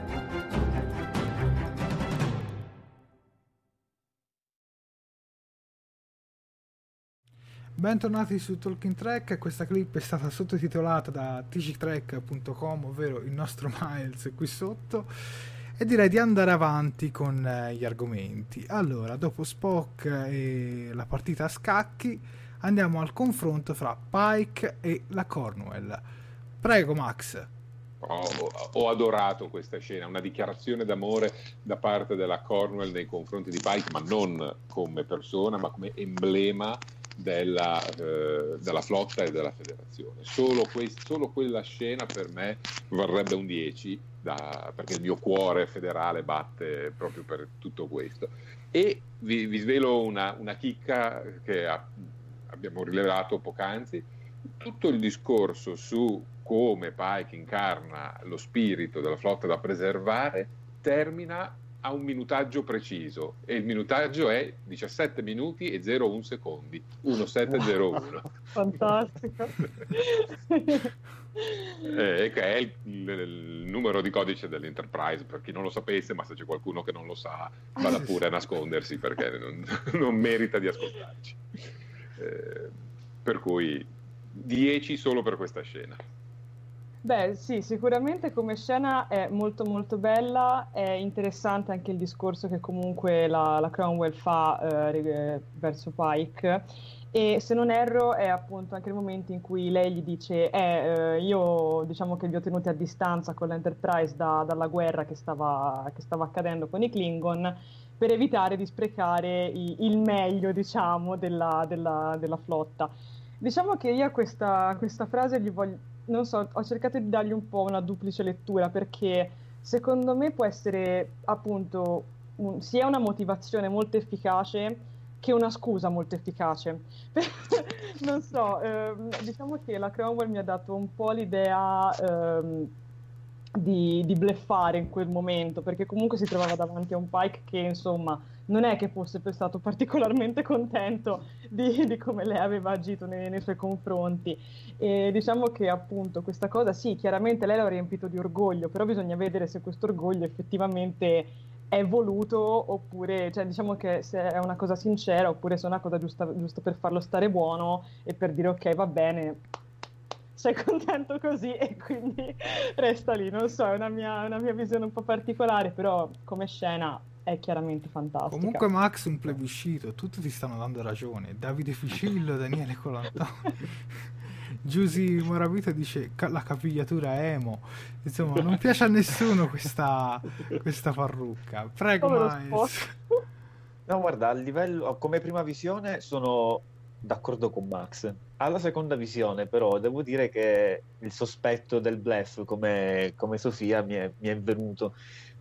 Speaker 5: Bentornati su Talking Trek, questa clip è stata sottotitolata da tgtrek.com, ovvero il nostro Miles qui sotto, e direi di andare avanti con gli argomenti. Allora, dopo Spock e la partita a scacchi, andiamo al confronto fra Pike e la Cornwell. Prego Max.
Speaker 4: Ho adorato questa scena, una dichiarazione d'amore da parte della Cornwell nei confronti di Pike, ma non come persona, ma come emblema della flotta e della federazione. Solo quella scena per me varrebbe un 10, perché il mio cuore federale batte proprio per tutto questo. E vi svelo una chicca che abbiamo rilevato poc'anzi. Tutto il discorso su come Pike incarna lo spirito della flotta da preservare termina a un minutaggio preciso, e il minutaggio è 17 minuti e 01 secondi, 1701.
Speaker 7: Fantastico.
Speaker 4: Che è il numero di codice dell'Enterprise, per chi non lo sapesse, ma se c'è qualcuno che non lo sa vada pure a nascondersi, perché non merita di ascoltarci. Per cui 10 solo per questa scena.
Speaker 7: Beh, sì, sicuramente come scena è molto molto bella, è interessante anche il discorso che comunque la Cromwell fa verso Pike, e se non erro è appunto anche il momento in cui lei gli dice io diciamo che vi ho tenuti a distanza con l'Enterprise dalla guerra che stava accadendo con i Klingon, per evitare di sprecare il meglio, diciamo, della flotta. Diciamo che io a questa frase gli voglio, non so, ho cercato di dargli un po' una duplice lettura, perché secondo me può essere appunto sia una motivazione molto efficace che una scusa molto efficace. Non so, diciamo che la Cromwell mi ha dato un po' l'idea di bluffare in quel momento, perché comunque si trovava davanti a un Pike che insomma non è che fosse stato particolarmente contento di come lei aveva agito nei suoi confronti, e diciamo che appunto questa cosa, sì, chiaramente lei l'ha riempito di orgoglio, però bisogna vedere se questo orgoglio effettivamente è voluto, oppure, cioè diciamo che se è una cosa sincera, oppure se è una cosa giusto per farlo stare buono e per dire ok, va bene, sei contento così e quindi resta lì. Non so, è una mia visione un po' particolare, però come scena è chiaramente fantastica.
Speaker 5: Comunque Max, un plebiscito, tutti ti stanno dando ragione. Davide Ficillo, Daniele Colantoni, Giusy Moravita dice la capigliatura emo. Insomma, non piace a nessuno questa parrucca. Prego, Miles.
Speaker 6: No, guarda, a livello, come prima visione sono d'accordo con Max. Alla seconda visione però devo dire che il sospetto del bluff come Sofia mi è venuto,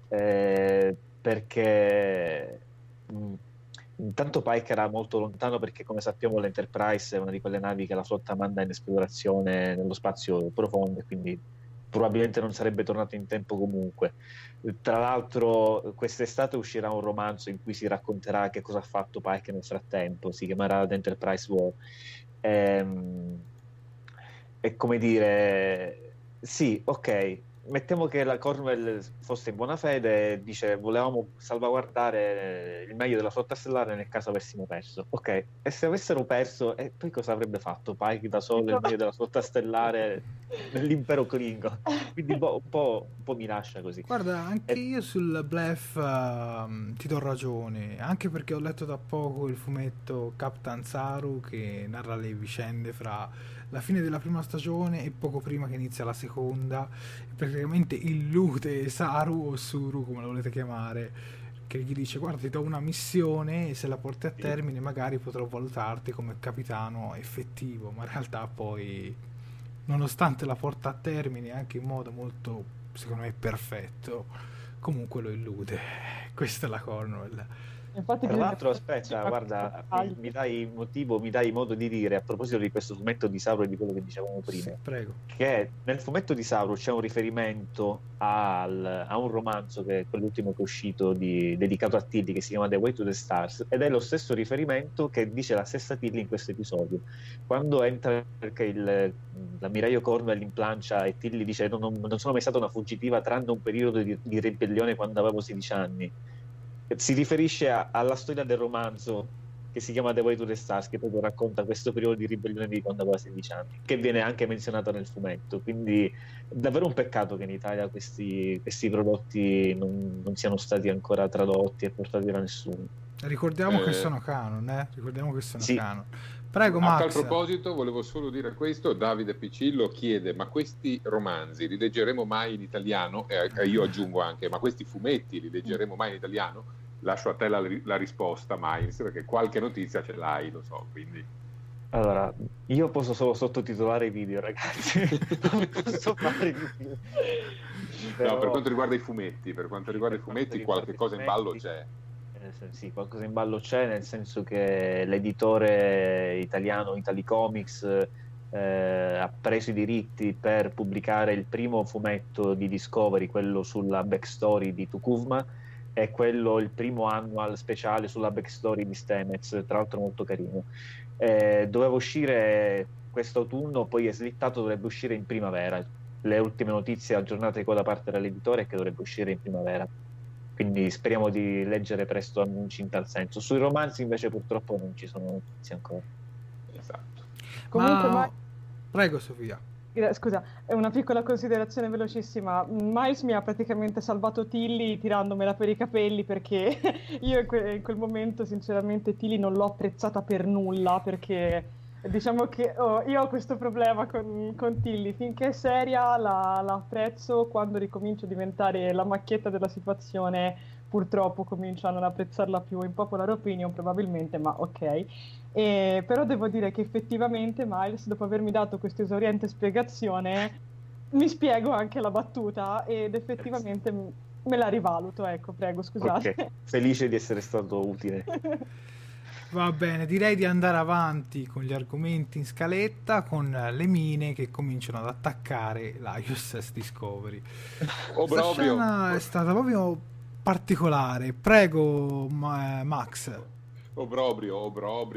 Speaker 6: perché intanto Pike era molto lontano, perché come sappiamo l'Enterprise è una di quelle navi che la flotta manda in esplorazione nello spazio profondo, e quindi probabilmente non sarebbe tornato in tempo comunque. Tra l'altro quest'estate uscirà un romanzo in cui si racconterà che cosa ha fatto Pike nel frattempo, si chiamerà The Enterprise War. E come dire, sì, ok, mettiamo che la Cornwell fosse in buona fede e dice volevamo salvaguardare il meglio della flotta stellare nel caso avessimo perso. Ok, e se avessero perso, e poi cosa avrebbe fatto Pike da solo il meglio della flotta stellare nell'impero Klingon? Quindi un po' mi lascia così.
Speaker 5: Guarda, anche io sul bluff ti do ragione, anche perché ho letto da poco il fumetto Captain Saru che narra le vicende fra la fine della prima stagione e poco prima che inizia la seconda. Praticamente illude Saru o Suru, come lo volete chiamare, che gli dice guarda, ti do una missione e se la porti a termine magari potrò valutarti come capitano effettivo, ma in realtà poi, nonostante la porta a termine anche in modo molto, secondo me, perfetto, comunque lo illude. Questa è la Cornwell.
Speaker 7: Infatti,
Speaker 6: tra l'altro, aspetta, guarda, mi dai modo di dire, a proposito di questo fumetto di Sauro e di quello che dicevamo prima,
Speaker 5: sì, prego,
Speaker 6: che nel fumetto di Sauro c'è un riferimento a un romanzo, che è quell'ultimo che è uscito dedicato a Tilly, che si chiama The Way to the Stars, ed è lo stesso riferimento che dice la stessa Tilly in questo episodio, quando entra, perché l'ammiraglio Cornwell in plancia e Tilly dice non sono mai stata una fuggitiva tranne un periodo di ribellione quando avevo 16 anni. Si riferisce alla storia del romanzo che si chiama The Way to the Stars, che proprio racconta questo periodo di ribellione di quando aveva 16 anni, che viene anche menzionato nel fumetto. Quindi è davvero un peccato che in Italia questi prodotti non siano stati ancora tradotti e portati da nessuno.
Speaker 5: Ricordiamo che sono canon, ricordiamo che sono
Speaker 6: sì.
Speaker 5: canon. Prego, Max.
Speaker 4: A tal proposito volevo solo dire questo: Davide Piccillo chiede ma questi romanzi li leggeremo mai in italiano? E io aggiungo anche, ma questi fumetti li leggeremo mai in italiano? Lascio a te la risposta, Miles, perché qualche notizia ce l'hai, lo so, quindi.
Speaker 6: Allora, io posso solo sottotitolare i video, ragazzi. Non posso fare di più.
Speaker 4: Però... No, per quanto riguarda i fumetti, qualche cosa in ballo c'è.
Speaker 6: Sì, qualcosa in ballo c'è, nel senso che l'editore italiano Italicomics ha preso i diritti per pubblicare il primo fumetto di Discovery, quello sulla backstory di Tukuvma, e quello, il primo annual speciale sulla backstory di Stamets, tra l'altro molto carino. Doveva uscire quest'autunno, poi è slittato, dovrebbe uscire in primavera. Le ultime notizie aggiornate qua da parte dell'editore è che dovrebbe uscire in primavera, quindi speriamo di leggere presto annunci in tal senso. Sui romanzi invece purtroppo non ci sono notizie ancora.
Speaker 4: Esatto.
Speaker 7: Comunque,
Speaker 5: Prego Sofia.
Speaker 7: Scusa, è una piccola considerazione velocissima. Miles mi ha praticamente salvato Tilly tirandomela per i capelli, perché io in quel momento sinceramente Tilly non l'ho apprezzata per nulla, perché diciamo che io ho questo problema con Tilly: finché è seria la apprezzo, quando ricomincio a diventare la macchietta della situazione purtroppo comincio a non apprezzarla più. In popular opinion probabilmente, ma ok. Però devo dire che effettivamente Miles, dopo avermi dato questa esauriente spiegazione, mi spiego anche la battuta ed effettivamente me la rivaluto. Ecco, prego, scusate.
Speaker 6: Okay. Felice di essere stato utile.
Speaker 5: Va bene, direi di andare avanti con gli argomenti in scaletta, con le mine che cominciano ad attaccare la USS Discovery. Questa scena è stata proprio particolare. Prego Max.
Speaker 4: Obrobrio.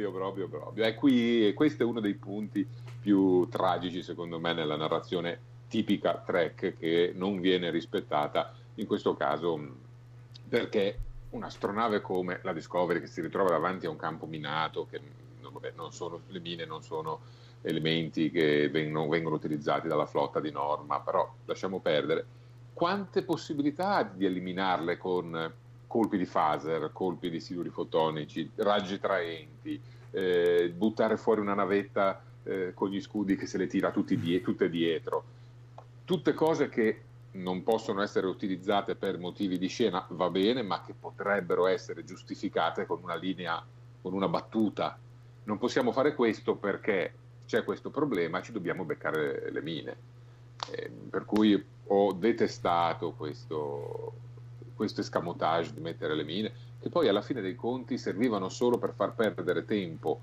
Speaker 4: Questo è uno dei punti più tragici secondo me nella narrazione tipica Trek, che non viene rispettata in questo caso, perché un'astronave come la Discovery, che si ritrova davanti a un campo minato, che non sono, le mine non sono elementi che vengono utilizzati dalla flotta di norma, però lasciamo perdere. Quante possibilità di eliminarle con colpi di phaser, colpi di siluri fotonici, raggi traenti, buttare fuori una navetta con gli scudi che se le tira tutte dietro. Tutte cose che non possono essere utilizzate per motivi di scena, va bene, ma che potrebbero essere giustificate con una linea, con una battuta. Non possiamo fare questo perché c'è questo problema, ci dobbiamo beccare le mine. Per cui ho detestato questo escamotage di mettere le mine, che poi alla fine dei conti servivano solo per far prendere tempo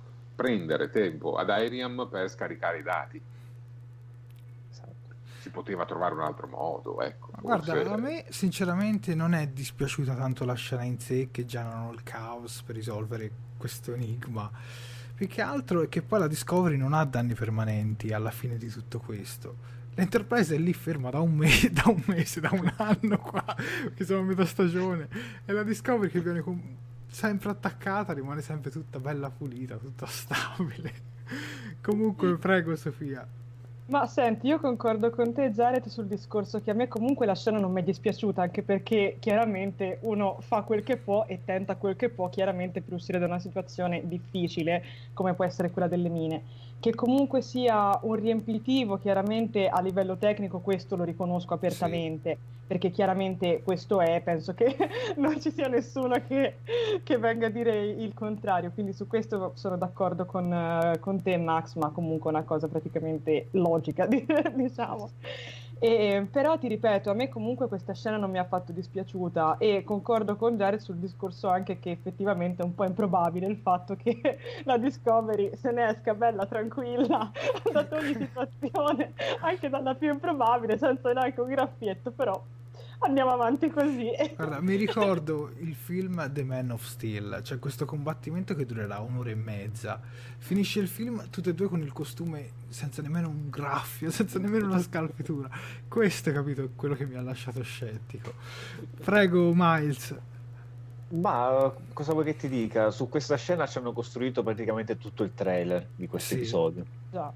Speaker 4: ad Aeriam per scaricare i dati. Si poteva trovare un altro modo, ecco.
Speaker 5: Guarda, a me sinceramente non è dispiaciuta tanto la scena in sé, che generano il caos per risolvere questo enigma. Più che altro è che poi la Discovery non ha danni permanenti alla fine di tutto questo. L'Enterprise è lì ferma da un mese, da un anno qua, che siamo a metà stagione, e la Discovery che viene sempre attaccata rimane sempre tutta bella pulita, tutta stabile. Comunque, prego Sofia.
Speaker 7: Ma senti, io concordo con te, Jared, sul discorso che a me comunque la scena non mi è dispiaciuta, anche perché chiaramente uno fa quel che può e tenta quel che può, chiaramente, per uscire da una situazione difficile come può essere quella delle mine. Che comunque sia un riempitivo, chiaramente a livello tecnico questo lo riconosco apertamente, sì, perché chiaramente questo è, penso che non ci sia nessuno che venga a dire il contrario, quindi su questo sono d'accordo con te Max, ma comunque è una cosa praticamente logica, diciamo. Però ti ripeto, a me comunque questa scena non mi ha affatto dispiaciuta, e concordo con Jared sul discorso anche che effettivamente è un po' improbabile il fatto che la Discovery se ne esca bella tranquilla da ogni situazione, anche dalla più improbabile, senza neanche un graffietto, però andiamo avanti così.
Speaker 5: Guarda, mi ricordo il film The Man of Steel, c'è questo combattimento che durerà 1 ora e mezza, finisce il film tutte e due con il costume senza nemmeno un graffio, senza nemmeno una scalfitura. Questo, capito, è quello che mi ha lasciato scettico. Prego Miles.
Speaker 6: Ma cosa vuoi che ti dica? Su questa scena ci hanno costruito praticamente tutto il trailer di questo episodio.
Speaker 7: Già.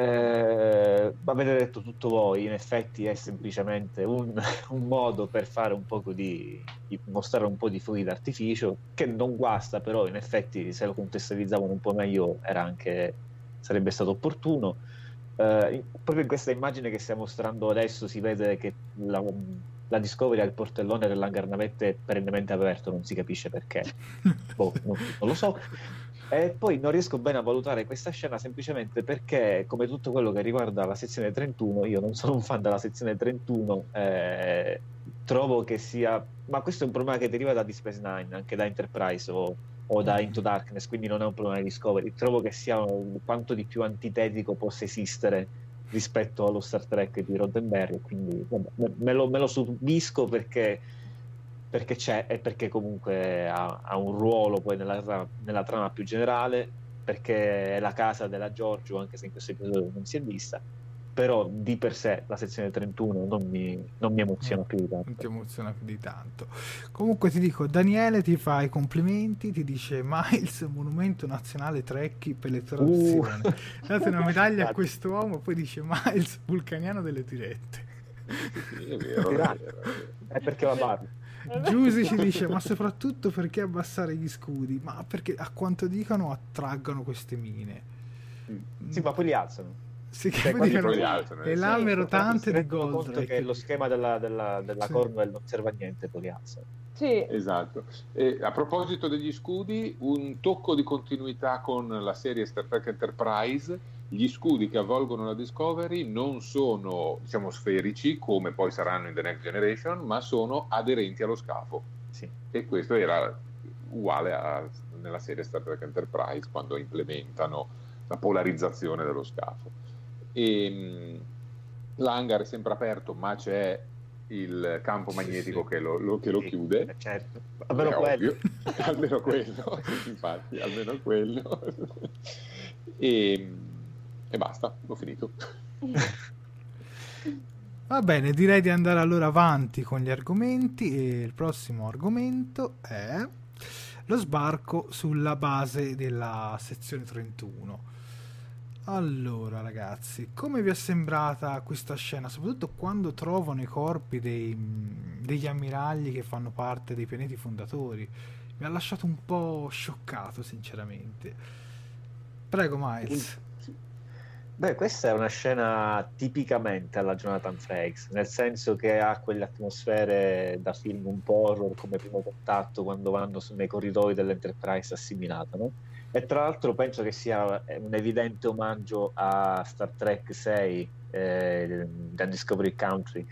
Speaker 6: Avete detto tutto voi, in effetti è semplicemente un modo per fare un poco di mostrare un po' di fuochi d'artificio, che non guasta, però in effetti se lo contestualizzavano un po' meglio sarebbe stato opportuno. Proprio in questa immagine che stiamo mostrando adesso si vede che la Discovery ha il portellone dell'hangar navette perennemente aperto, non si capisce perché. Non lo so. E poi non riesco bene a valutare questa scena, semplicemente perché, come tutto quello che riguarda la sezione 31, io non sono un fan della sezione 31, trovo che sia... Ma questo è un problema che deriva da Deep Space Nine, anche da Enterprise o da Into Darkness, quindi non è un problema di Discovery. Trovo che sia quanto di più antitetico possa esistere rispetto allo Star Trek di Roddenberry, quindi me lo subisco perché c'è, e perché comunque ha un ruolo poi nella trama più generale, perché è la casa della Giorgio, anche se in questo episodio non si è vista, però di per sé la sezione 31 non mi emoziona più di tanto.
Speaker 5: Non ti emoziona più di tanto. Comunque ti dico, Daniele ti fa i complimenti, ti dice Miles, monumento nazionale Trekkie per le traduzioni. Date una medaglia a quest'uomo, poi dice Miles, vulcaniano delle dirette.
Speaker 8: Sì, è vero.
Speaker 6: È perché la parlo.
Speaker 5: Giusy ci dice, ma soprattutto perché abbassare gli scudi? Ma perché a quanto dicono attraggono queste mine.
Speaker 6: Sì, ma poi li alzano.
Speaker 5: Sì, che
Speaker 6: Cioè,
Speaker 5: poi dicono,
Speaker 8: poi li alzano,
Speaker 5: e l'amero tante di
Speaker 6: conto
Speaker 5: Goldrake.
Speaker 6: che lo schema della
Speaker 5: Sì.
Speaker 6: Cornwell non serve a niente, poi li alzano.
Speaker 7: Sì,
Speaker 4: Esatto. E a proposito degli scudi, un tocco di continuità con la serie Star Trek Enterprise. Gli scudi che avvolgono la Discovery non sono, diciamo, sferici come poi saranno in The Next Generation, ma sono aderenti allo scafo.
Speaker 6: Sì.
Speaker 4: E questo era uguale nella serie Star Trek Enterprise, quando implementano la polarizzazione dello scafo. E l'hangar è sempre aperto, ma c'è il campo magnetico che lo chiude.
Speaker 6: Certo.
Speaker 4: È
Speaker 6: Almeno quello.
Speaker 4: ovvio. Almeno quello, infatti, almeno quello. E basta, l'ho finito.
Speaker 5: Va bene, direi di andare allora avanti con gli argomenti, e il prossimo argomento è lo sbarco sulla base della sezione 31. Allora ragazzi, come vi è sembrata questa scena, soprattutto quando trovano i corpi degli ammiragli che fanno parte dei pianeti fondatori? Mi ha lasciato un po' scioccato, sinceramente. Prego Miles.
Speaker 6: Beh, questa è una scena tipicamente alla Jonathan Frakes, nel senso che ha quelle atmosfere da film un po' horror, come Primo Contatto, quando vanno nei corridoi dell'Enterprise assimilata, no? E tra l'altro penso che sia un evidente omaggio a Star Trek 6, da Discovery Country,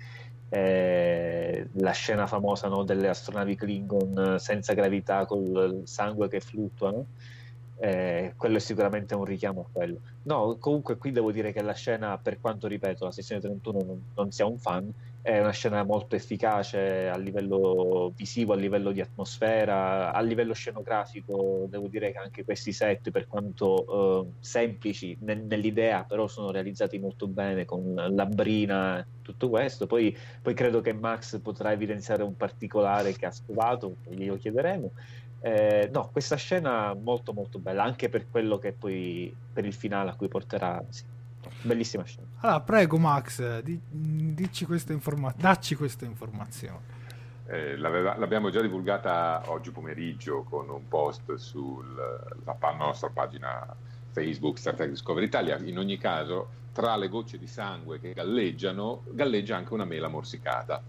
Speaker 6: la scena famosa, no, delle astronavi Klingon senza gravità col sangue che fluttuano. Quello è sicuramente un richiamo a quello. No, comunque qui devo dire che la scena, per quanto ripeto la sezione 31 non sia un fan, è una scena molto efficace a livello visivo, a livello di atmosfera, a livello scenografico. Devo dire che anche questi set, per quanto semplici nell'idea, però sono realizzati molto bene, con la brina, tutto questo. Poi credo che Max potrà evidenziare un particolare che ha scovato, glielo chiederemo. No, questa scena molto molto bella, anche per quello che poi per il finale a cui porterà. Sì. Bellissima scena.
Speaker 5: Allora prego Max, dacci questa informazione.
Speaker 4: L'abbiamo già divulgata oggi pomeriggio con un post sulla nostra pagina Facebook Star Trek Discovery Italia. In ogni caso, tra le gocce di sangue che galleggia anche una mela morsicata.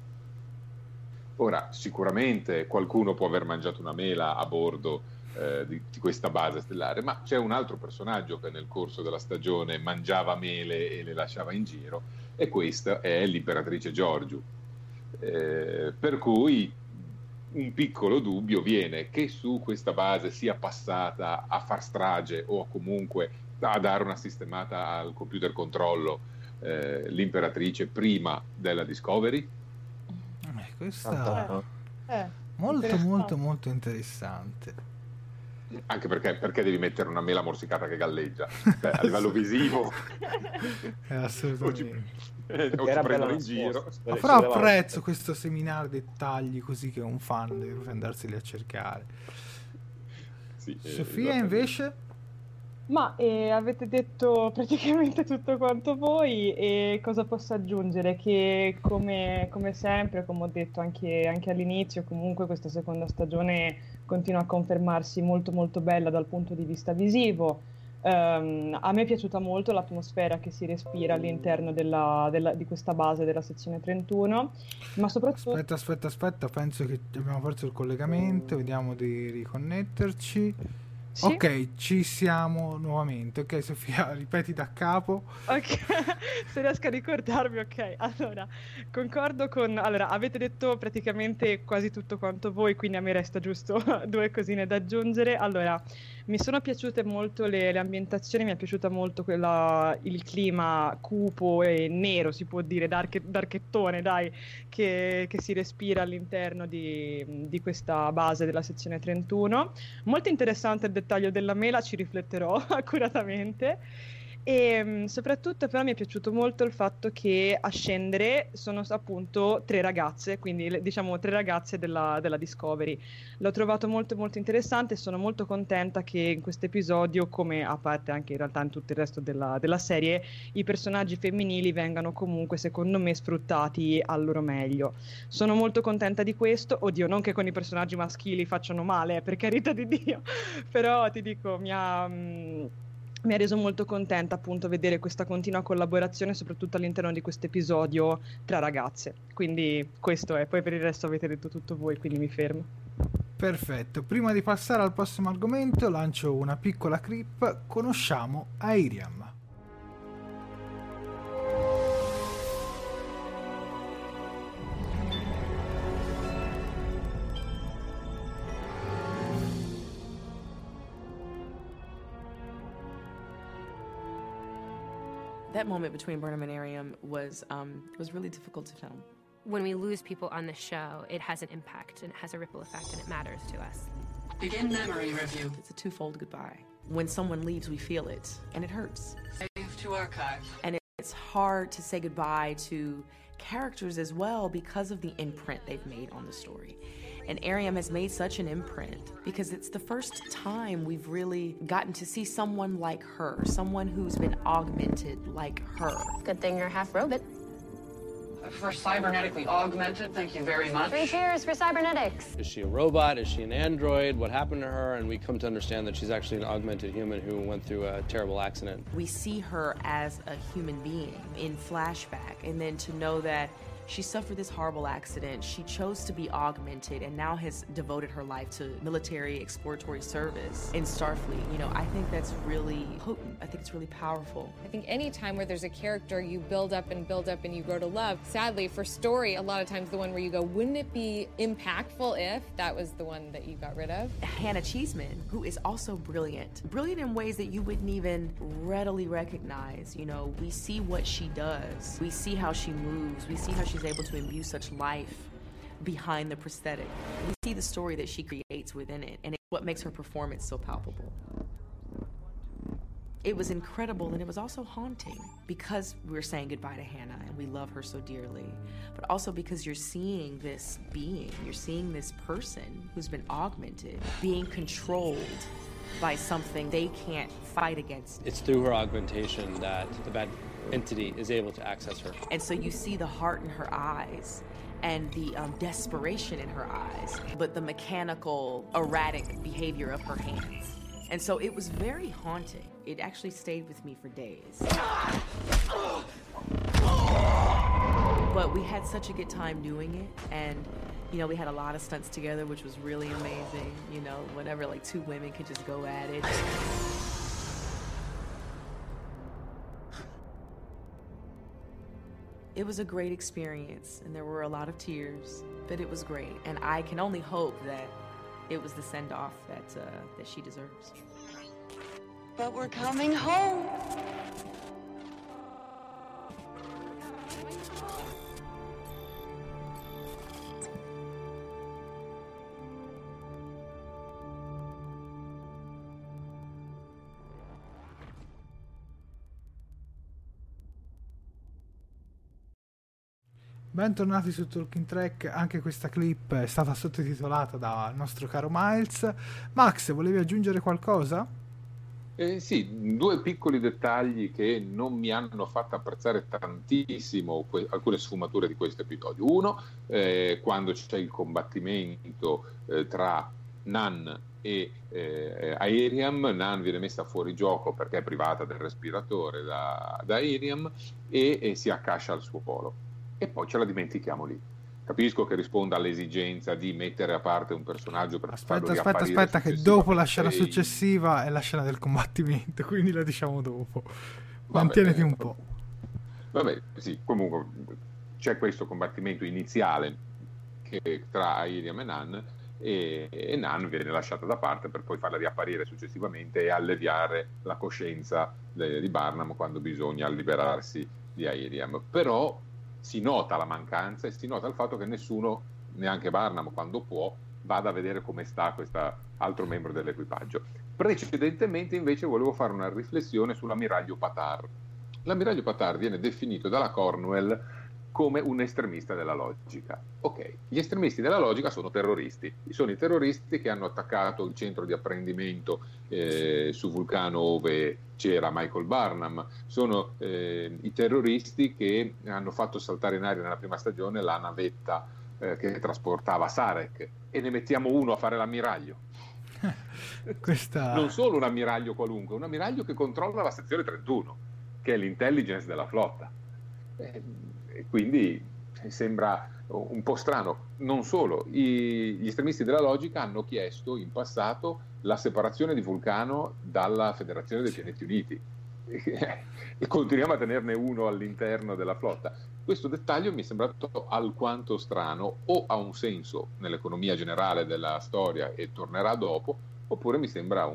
Speaker 4: Ora, sicuramente qualcuno può aver mangiato una mela a bordo di questa base stellare, ma c'è un altro personaggio che nel corso della stagione mangiava mele e le lasciava in giro, e questa è l'imperatrice Georgiou. Per cui un piccolo dubbio viene che su questa base sia passata a far strage o comunque a dare una sistemata al computer controllo l'imperatrice prima della Discovery.
Speaker 5: Questa molto molto molto interessante.
Speaker 4: Anche perché devi mettere una mela morsicata che galleggia, a livello visivo.
Speaker 5: Assolutamente.
Speaker 4: O ci prendono in giro.
Speaker 5: Ma però apprezzo questo seminare dettagli così che un fan deve andarseli a cercare.
Speaker 4: Sì,
Speaker 5: Sofia invece?
Speaker 7: Ma avete detto praticamente tutto quanto voi, e cosa posso aggiungere? Che come sempre, come ho detto anche all'inizio, comunque questa seconda stagione continua a confermarsi molto molto bella dal punto di vista visivo. A me è piaciuta molto l'atmosfera che si respira all'interno di questa base della sezione 31, ma soprattutto...
Speaker 5: Aspetta, penso che abbiamo perso il collegamento, vediamo di riconnetterci.
Speaker 7: Sì?
Speaker 5: Ok, ci siamo nuovamente. Ok, Sofia, ripeti da capo.
Speaker 7: Ok, se riesco a ricordarmi, ok. Allora, concordo allora, avete detto praticamente quasi tutto quanto voi, quindi a me resta giusto due cosine da aggiungere. Allora, mi sono piaciute molto le ambientazioni, mi è piaciuta molto il clima cupo e nero, si può dire, darchettone, dai, che si respira all'interno di questa base della sezione 31. Molto interessante il dettaglio della mela, ci rifletterò accuratamente. E soprattutto però mi è piaciuto molto il fatto che a scendere sono appunto 3 ragazze, quindi diciamo 3 ragazze della Discovery. L'ho trovato molto molto interessante e sono molto contenta che in questo episodio, come a parte anche in realtà in tutto il resto della serie, i personaggi femminili vengano comunque secondo me sfruttati al loro meglio. Sono molto contenta di questo. Oddio, non che con i personaggi maschili facciano male, per carità di Dio, però ti dico, mi ha reso molto contenta appunto vedere questa continua collaborazione, soprattutto all'interno di questo episodio tra ragazze. Quindi questo è, poi per il resto avete detto tutto voi, quindi mi fermo.
Speaker 5: Perfetto, prima di passare al prossimo argomento lancio una piccola clip. Conosciamo Airiam.
Speaker 9: That moment between Burnham and Airiam was really difficult to film.
Speaker 10: When we lose people on the show, it has an impact and it has a ripple effect and it matters to us.
Speaker 9: Begin memory review. It's a twofold goodbye. When someone leaves, we feel it, and it hurts. Save to archive. And it's hard to say goodbye to characters as well because of the imprint they've made on the story. And Airiam has made such an imprint because it's the first time we've really gotten to see someone like her, someone who's been augmented like her.
Speaker 10: Good thing you're half robot.
Speaker 9: For cybernetically augmented, thank you very much.
Speaker 10: 3 cheers for cybernetics.
Speaker 11: Is she a robot? Is she an android? What happened to her? And we come to understand that she's actually an augmented human who went through a terrible accident.
Speaker 9: We see her as a human being in flashback, and then to know that she suffered this horrible accident, she chose to be augmented, and now has devoted her life to military exploratory service in Starfleet. You know, I think that's really potent. I think it's really powerful.
Speaker 12: I think any time where there's a character you build up and you grow to love, sadly for story, a lot of times the one where you go, wouldn't it be impactful if that was the one that you got rid of?
Speaker 9: Hannah Cheesman, who is also brilliant in ways that you wouldn't even readily recognize. You know, we see what she does. We see how she moves. We see how she's able to imbue such life behind the prosthetic. We see the story that she creates within it, and it's what makes her performance so palpable. It was incredible, and it was also haunting because we're saying goodbye to Hannah and we love her so dearly, but also because you're seeing this being, you're seeing this person who's been augmented, being controlled by something they can't fight against.
Speaker 11: It's through her augmentation that the bad entity is able to access her.
Speaker 9: And so you see the heart in her eyes and the desperation in her eyes, but the mechanical, erratic behavior of her hands. And so it was very haunting. It actually stayed with me for days. But we had such a good time doing it, and you know, we had a lot of stunts together, which was really amazing. You know, whenever like 2 women could just go at it. It was a great experience, and there were a lot of tears, but it was great. And I can only hope that it was the send-off that she deserves.
Speaker 13: But we're coming home.
Speaker 5: Bentornati su Talking Trek. Anche questa clip è stata sottotitolata dal nostro caro Miles. Max, volevi aggiungere qualcosa?
Speaker 4: Sì, 2 piccoli dettagli che non mi hanno fatto apprezzare tantissimo alcune sfumature di questo episodio. Uno, quando c'è il combattimento tra Nan e Airiam. Nan viene messa fuori gioco perché è privata del respiratore da Airiam e si accascia al suo polo. E poi ce la dimentichiamo lì. Capisco che risponda all'esigenza di mettere a parte un personaggio per farlo riapparire.
Speaker 5: Aspetta, che dopo la scena successiva è la scena del combattimento, quindi la diciamo dopo. Mantieniti un po'.
Speaker 4: Vabbè, sì, comunque c'è questo combattimento iniziale tra Airiam e Nan, e Nan viene lasciata da parte per poi farla riapparire successivamente e alleviare la coscienza di Burnham quando bisogna liberarsi di Airiam. Però si nota la mancanza e si nota il fatto che nessuno, neanche Burnham quando può, vada a vedere come sta questo altro membro dell'equipaggio. Precedentemente invece volevo fare una riflessione sull'ammiraglio Patar. L'ammiraglio Patar viene definito dalla Cornwell come un estremista della logica. Ok, gli estremisti della logica sono terroristi, sono i terroristi che hanno attaccato il centro di apprendimento su Vulcano dove c'era Michael Burnham, sono i terroristi che hanno fatto saltare in aria nella prima stagione la navetta che trasportava Sarek, e ne mettiamo uno a fare l'ammiraglio. Non solo un ammiraglio qualunque, un ammiraglio che controlla la sezione 31, che è l'intelligence della flotta. Quindi sembra un po' strano. Non solo, gli estremisti della logica hanno chiesto in passato la separazione di Vulcano dalla Federazione dei Pianeti Uniti e continuiamo a tenerne uno all'interno della flotta. Questo dettaglio mi è sembrato alquanto strano, o ha un senso nell'economia generale della storia e tornerà dopo, oppure mi sembra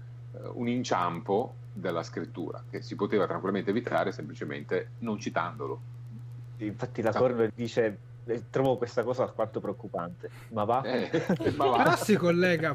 Speaker 4: un inciampo della scrittura che si poteva tranquillamente evitare semplicemente non citandolo.
Speaker 6: Infatti la Cornwell dice: trovo questa cosa alquanto preoccupante, ma va.
Speaker 5: Però si collega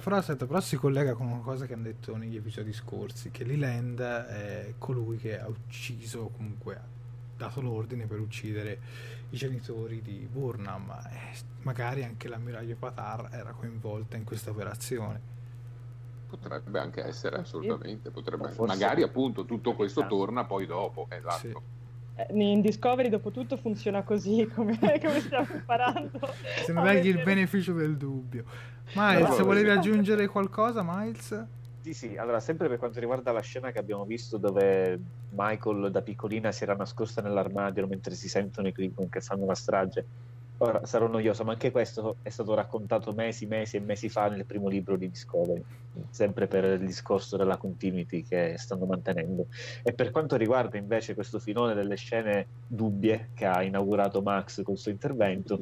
Speaker 5: con una cosa che hanno detto negli episodi scorsi, che Leland è colui che ha ucciso, comunque ha dato l'ordine per uccidere i genitori di Burnham, magari anche l'ammiraglio Patar era coinvolta in questa operazione.
Speaker 4: Potrebbe anche essere, assolutamente, potrebbe essere. Magari appunto tutto questo torna poi dopo, esatto.
Speaker 7: Sì. In Discovery dopo tutto funziona così come stiamo imparando.
Speaker 5: Se non dagli il beneficio del dubbio. Miles, volevi aggiungere qualcosa, Miles?
Speaker 6: Sì, allora sempre per quanto riguarda la scena che abbiamo visto dove Michael da piccolina si era nascosta nell'armadio mentre si sentono i Klingon che fanno la strage. Ora sarò noioso, ma anche questo è stato raccontato mesi e mesi fa nel primo libro di Discovery, sempre per il discorso della continuity che stanno mantenendo. E per quanto riguarda invece questo filone delle scene dubbie che ha inaugurato Max col suo intervento,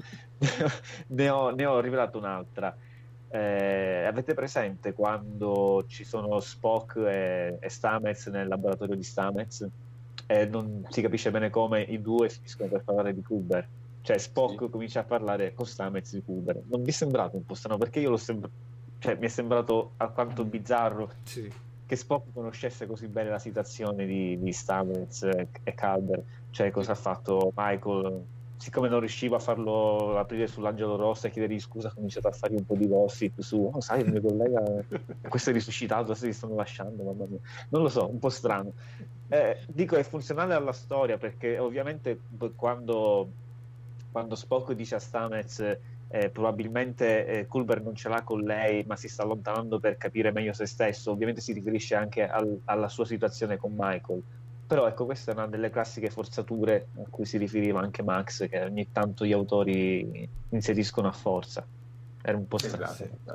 Speaker 6: ne ho rivelato un'altra. Avete presente quando ci sono Spock e Stamets nel laboratorio di Stamets e non si capisce bene come i due finiscono per parlare di Kuber? Cioè Spock comincia a parlare con Stamets di Kuber. Non vi è sembrato un po' strano? Perché io mi è sembrato alquanto bizzarro che Spock conoscesse così bene la situazione di Stamets e Culber. Cioè cosa ha fatto Michael? Siccome non riusciva a farlo aprire sull'angelo rosso e chiedergli scusa, ha cominciato a fargli un po' di gossip su sai, il mio collega questo è risuscitato, adesso li stanno lasciando, mamma mia. Non lo so, un po' strano. Dico è funzionale alla storia, perché ovviamente quando Spock dice a Stamets probabilmente Culber non ce l'ha con lei ma si sta allontanando per capire meglio se stesso, ovviamente si riferisce anche alla sua situazione con Michael. Però ecco, questa è una delle classiche forzature a cui si riferiva anche Max, che ogni tanto gli autori inseriscono a forza. Era un po' strano.
Speaker 4: Esatto.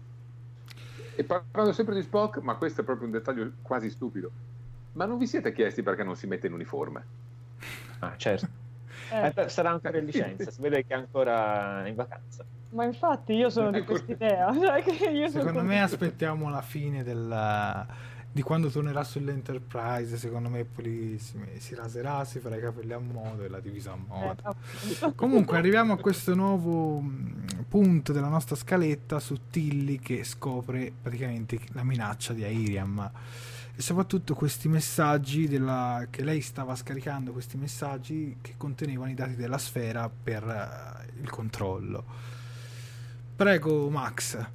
Speaker 4: E parlando sempre di Spock, ma questo è proprio un dettaglio quasi stupido, ma non vi siete chiesti perché non si mette in uniforme?
Speaker 6: Ah, certo. Sarà ancora in licenza, si vede che è ancora in vacanza.
Speaker 7: Ma infatti io sono di quest'idea.
Speaker 5: Secondo me aspettiamo la fine di quando tornerà sull'Enterprise. Secondo me poi si raserà, si farà i capelli a modo e la divisa a modo. Comunque arriviamo a questo nuovo punto della nostra scaletta su Tilly che scopre praticamente la minaccia di Airiam e soprattutto questi messaggi che lei stava scaricando, questi messaggi che contenevano i dati della sfera per il controllo. Prego Max.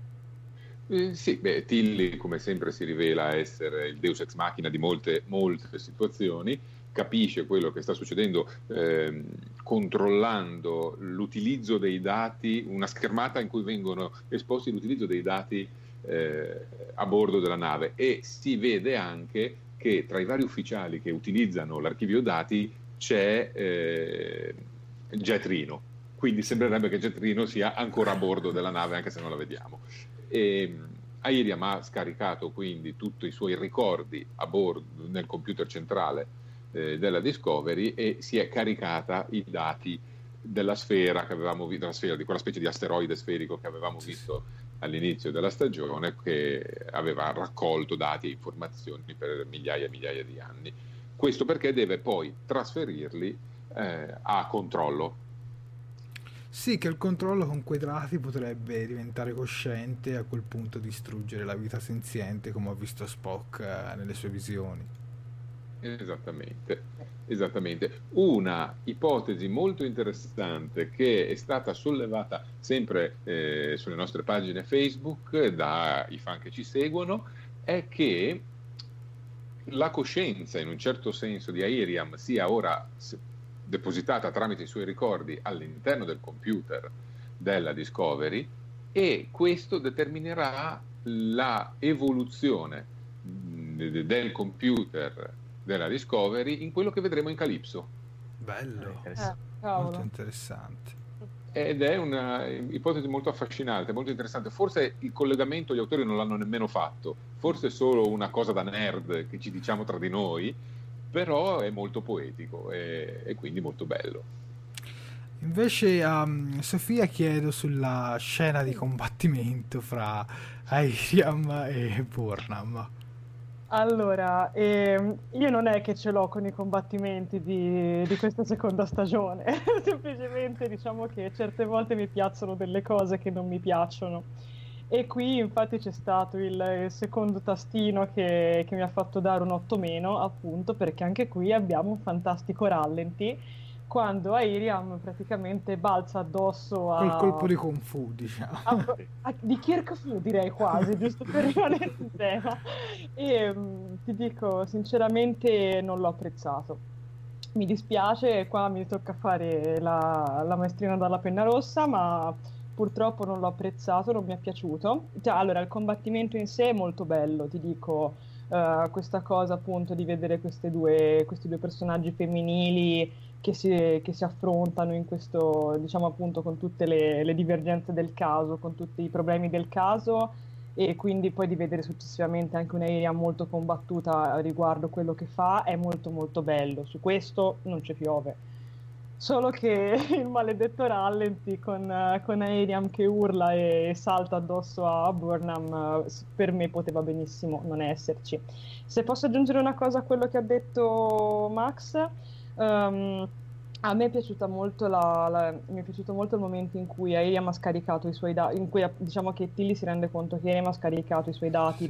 Speaker 4: Tilly come sempre si rivela essere il deus ex machina di molte situazioni, capisce quello che sta succedendo controllando l'utilizzo dei dati, una schermata in cui vengono esposti l'utilizzo dei dati a bordo della nave, e si vede anche che tra i vari ufficiali che utilizzano l'archivio dati c'è Jet Reno, quindi sembrerebbe che Jet Reno sia ancora a bordo della nave anche se non la vediamo. Airiam ha scaricato quindi tutti i suoi ricordi a bordo nel computer centrale della Discovery e si è caricata i dati della sfera che avevamo visto, di quella specie di asteroide sferico che avevamo visto all'inizio della stagione, che aveva raccolto dati e informazioni per migliaia e migliaia di anni. Questo perché deve poi trasferirli a controllo.
Speaker 5: Sì, che il controllo con quei drati potrebbe diventare cosciente e a quel punto distruggere la vita senziente, come ha visto Spock nelle sue visioni.
Speaker 4: Esattamente. Una ipotesi molto interessante che è stata sollevata sempre sulle nostre pagine Facebook dai fan che ci seguono è che la coscienza, in un certo senso, di Airiam sia ora depositata tramite i suoi ricordi all'interno del computer della Discovery, e questo determinerà la evoluzione del computer della Discovery in quello che vedremo in Calypso.
Speaker 5: Bello,
Speaker 7: cavolo.
Speaker 5: molto interessante.
Speaker 4: Ed è una ipotesi molto affascinante, molto interessante. Forse il collegamento gli autori non l'hanno nemmeno fatto, forse è solo una cosa da nerd che ci diciamo tra di noi, però è molto poetico e quindi molto bello.
Speaker 5: Invece a Sofia chiedo sulla scena di combattimento fra Airiam e Burnham.
Speaker 7: Allora, io non è che ce l'ho con i combattimenti di questa seconda stagione, semplicemente diciamo che certe volte mi piacciono delle cose che non mi piacciono. E qui infatti c'è stato il secondo tastino che mi ha fatto dare un 8-, appunto perché anche qui abbiamo un fantastico rallenti quando Airiam praticamente balza addosso a...
Speaker 5: Col colpo di Kung Fu, diciamo.
Speaker 7: Di Kirk Fu, direi quasi, giusto per rimanere in tema. E ti dico, sinceramente non l'ho apprezzato. Mi dispiace, qua mi tocca fare la maestrina dalla penna rossa, ma purtroppo non l'ho apprezzato, non mi è piaciuto. Allora, il combattimento in sé è molto bello, ti dico, questa cosa appunto di vedere questi due personaggi femminili che si affrontano in questo, diciamo appunto, con tutte le divergenze del caso, con tutti i problemi del caso, e quindi poi di vedere successivamente anche un'Airiam molto combattuta riguardo quello che fa è molto molto bello. Su questo non ci piove. Solo che il maledetto rallenti con Airiam che urla e salta addosso a Burnham per me poteva benissimo non esserci. Se posso aggiungere una cosa a quello che ha detto Max, a me è piaciuta molto mi è piaciuto molto il momento in cui Airiam ha scaricato i suoi dati, in cui diciamo che Tilly si rende conto che Airiam ha scaricato i suoi dati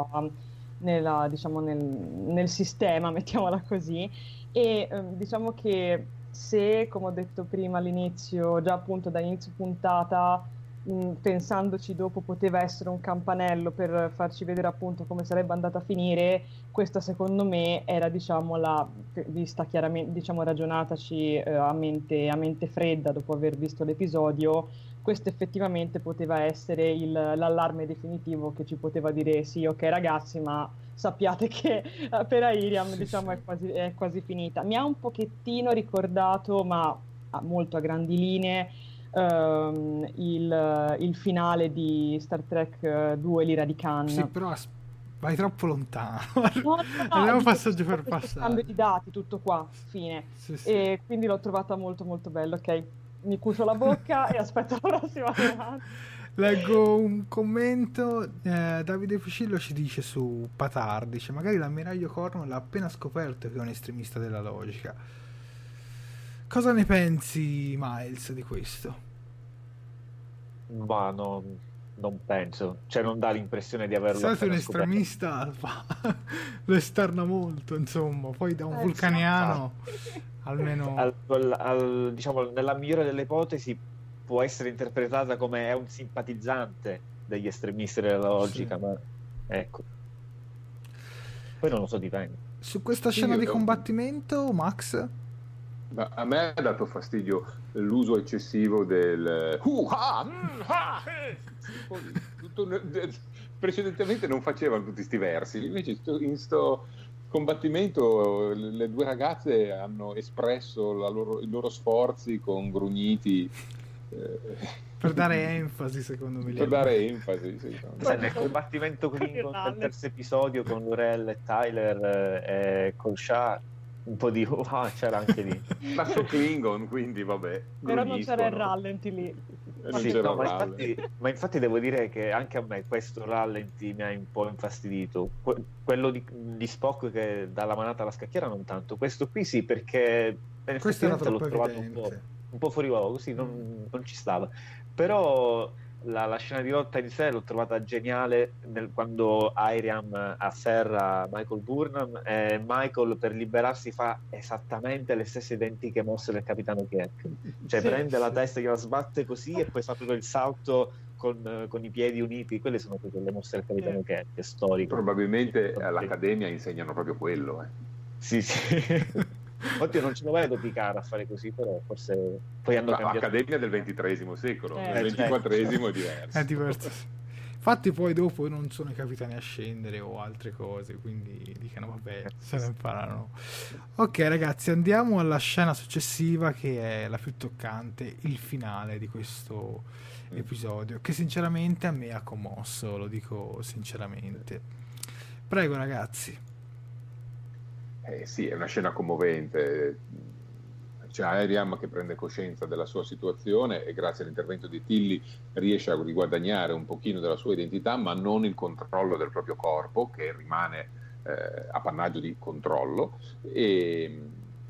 Speaker 7: diciamo nel sistema, mettiamola così, e diciamo che se, come ho detto prima all'inizio, già appunto da inizio puntata, pensandoci dopo, poteva essere un campanello per farci vedere appunto come sarebbe andata a finire, questa secondo me era, diciamo, vista chiaramente, diciamo, ragionataci a mente fredda dopo aver visto l'episodio, questo effettivamente poteva essere l'allarme definitivo che ci poteva dire sì, ok ragazzi, ma sappiate che per Airiam diciamo è quasi finita. Mi ha un pochettino ricordato, ma molto a grandi linee, il finale di Star Trek 2, l'ira di Khan.
Speaker 5: Sì, però vai troppo lontano.
Speaker 7: No,
Speaker 5: andiamo passaggio per passaggio.
Speaker 7: Scambio di dati, tutto qua, fine. Sì. E quindi l'ho trovata molto molto bella. Ok, mi cucio la bocca e aspetto la prossima domanda.
Speaker 5: Leggo un commento. Davide Fucillo ci dice su Patar, dice: magari l'ammiraglio Cornwell ha appena scoperto che è un estremista della logica. Cosa ne pensi, Miles, di questo?
Speaker 6: Ma non penso, cioè non dà l'impressione di averlo appena
Speaker 5: un estremista lo esterna molto, insomma, poi da un vulcaniano almeno
Speaker 6: diciamo, nella migliore delle ipotesi può essere interpretata come è un simpatizzante degli estremisti della logica, sì. Ma ecco, poi non lo so, dipende.
Speaker 5: Su questa scena di combattimento, Max?
Speaker 4: A me ha dato fastidio l'uso eccessivo del precedentemente non facevano tutti sti versi, invece in sto combattimento le due ragazze hanno espresso i loro sforzi con grugniti
Speaker 5: per dare enfasi, secondo me.
Speaker 4: Per dare enfasi, sì.
Speaker 6: Nel combattimento Klingon del terzo episodio con Lorel e Tyler e con Shah, un po' di c'era anche lì.
Speaker 4: Ma su Klingon, quindi vabbè.
Speaker 7: Però non c'era il rallenti lì.
Speaker 6: Sì, no, ma infatti devo dire che anche a me questo rallenti mi ha un po' infastidito. Quello di Spock che dà la manata alla scacchiera non tanto. Questo qui sì, perché
Speaker 5: questo era troppo
Speaker 6: l'ho trovato
Speaker 5: evidente.
Speaker 6: un po' fuori luogo, così non ci stava. Però la scena di lotta in sé l'ho trovata geniale quando Airiam afferra Michael Burnham e Michael, per liberarsi, fa esattamente le stesse identiche mosse del capitano Kirk, cioè prende la testa, gliela sbatte così e poi fa proprio il salto con i piedi uniti. Quelle sono proprio le mosse del capitano Kirk, è storico.
Speaker 4: Probabilmente all'Accademia insegnano proprio quello.
Speaker 6: Sì. Oddio, non ce lo vedo Picard a fare così, però forse poi hanno cambiato.
Speaker 4: Accademia del XXIII secolo, nel XXIV è diverso.
Speaker 5: È diverso. Infatti poi dopo non sono i capitani a scendere o altre cose, quindi dicono vabbè, se ne imparano. Ok ragazzi, andiamo alla scena successiva, che è la più toccante, il finale di questo episodio, che sinceramente a me ha commosso, lo sinceramente. Prego ragazzi.
Speaker 4: Sì, è una scena commovente. C'è Airiam che prende coscienza della sua situazione e grazie all'intervento di Tilly riesce a riguadagnare un pochino della sua identità, ma non il controllo del proprio corpo, che rimane appannaggio di controllo, e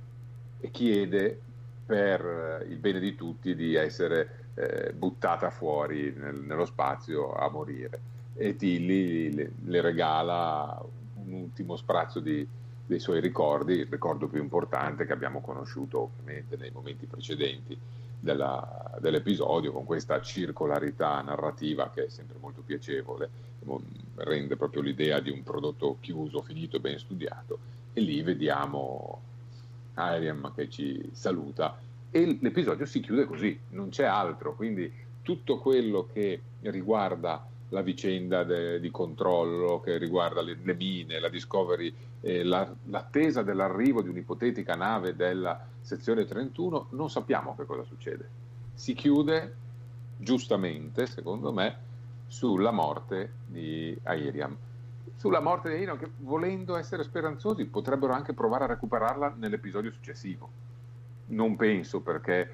Speaker 4: chiede per il bene di tutti di essere buttata fuori nello spazio a morire, e Tilly le regala un ultimo sprazzo dei suoi ricordi, il ricordo più importante che abbiamo conosciuto ovviamente nei momenti precedenti dell'episodio, con questa circolarità narrativa che è sempre molto piacevole, rende proprio l'idea di un prodotto chiuso, finito e ben studiato. E lì vediamo Airiam che ci saluta e l'episodio si chiude così, non c'è altro, quindi tutto quello che riguarda la vicenda di controllo, che riguarda le mine, la Discovery, l'attesa dell'arrivo di un'ipotetica nave della sezione 31, non sappiamo che cosa succede. Si chiude giustamente, secondo me, sulla morte di Airiam. Sulla morte di Airiam, che volendo essere speranzosi potrebbero anche provare a recuperarla nell'episodio successivo. Non penso, perché